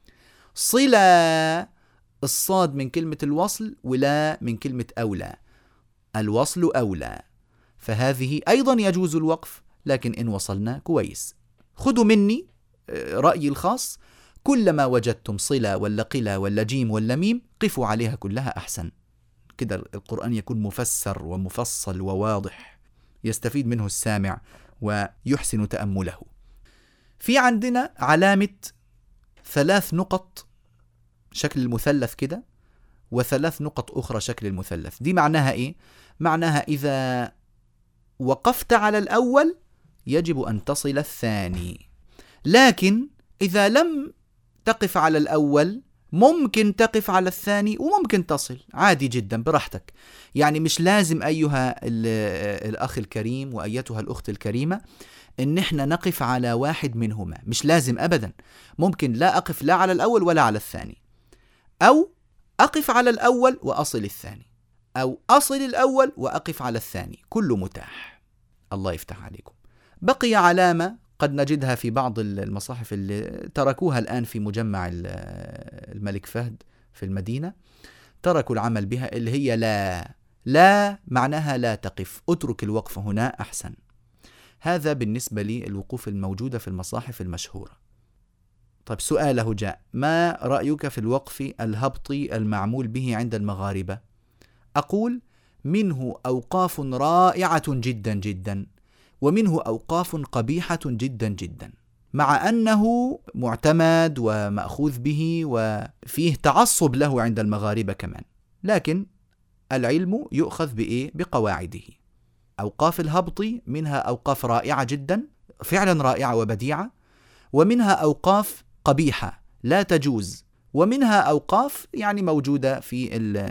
صلة، الصاد من كلمة الوصل ولا من كلمة أولى، الوصل أولى، فهذه أيضا يجوز الوقف لكن إن وصلنا كويس. خذوا مني رأيي الخاص، كلما وجدتم صلة ولا قلا ولا جيم ولا ميم قفوا عليها كلها أحسن، كده القرآن يكون مفسر ومفصل وواضح يستفيد منه السامع ويحسن تأمله. في عندنا علامة ثلاث نقط شكل المثلث كده، وثلاث نقط أخرى شكل المثلث. دي معناها إيه؟ معناها إذا وقفت على الأول يجب أن تصل الثاني، لكن إذا لم تقف على الأول ممكن تقف على الثاني وممكن تصل عادي جدا براحتك. يعني مش لازم أيها الأخ الكريم وأيتها الأخت الكريمة إن احنا نقف على واحد منهما، مش لازم أبدا. ممكن لا أقف لا على الأول ولا على الثاني، أو أقف على الأول وأصل الثاني، أو أصل الأول وأقف على الثاني، كله متاح. الله يفتح عليكم. بقي علامة قد نجدها في بعض المصاحف اللي تركوها الآن في مجمع الملك فهد في المدينة، تركوا العمل بها، اللي هي لا. لا معناها لا تقف، اترك الوقف هنا أحسن. هذا بالنسبة لي الوقوف الموجودة في المصاحف المشهورة. طيب سؤاله جاء: ما رأيك في الوقف الهبطي المعمول به عند المغاربة؟ أقول: منه أوقاف رائعة جدا جدا، ومنه أوقاف قبيحة جدا جدا، مع أنه معتمد ومأخوذ به وفيه تعصب له عند المغاربة كمان، لكن العلم يؤخذ بإيه؟ بقواعده. أوقاف الهبطي منها أوقاف رائعة جدا فعلا رائعة وبديعة، ومنها أوقاف قبيحة لا تجوز، ومنها أوقاف يعني موجودة في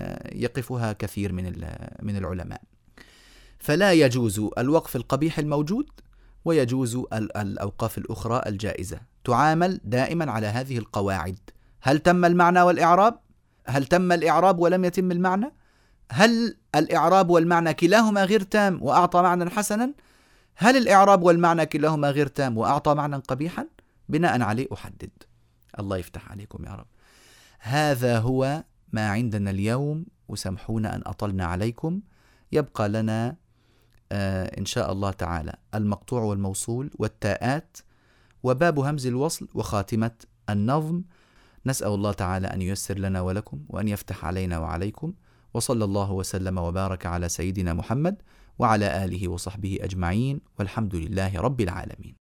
يقفها كثير من من العلماء. فلا يجوز الوقف القبيح الموجود، ويجوز الأوقاف الأخرى الجائزة. تعامل دائما على هذه القواعد: هل تم المعنى والإعراب؟ هل تم الإعراب ولم يتم المعنى؟ هل الإعراب والمعنى كلاهما غير تام وأعطى معنى حسنا؟ هل الإعراب والمعنى كلاهما غير تام وأعطى معنى قبيحا؟ بناء عليه أحدد. الله يفتح عليكم يا رب. هذا هو ما عندنا اليوم، وسامحونا أن أطلنا عليكم. يبقى لنا آه إن شاء الله تعالى المقطوع والموصول والتاءات وباب همز الوصل وخاتمة النظم. نسأل الله تعالى أن ييسر لنا ولكم وأن يفتح علينا وعليكم، وصلى الله وسلم وبارك على سيدنا محمد وعلى آله وصحبه أجمعين، والحمد لله رب العالمين.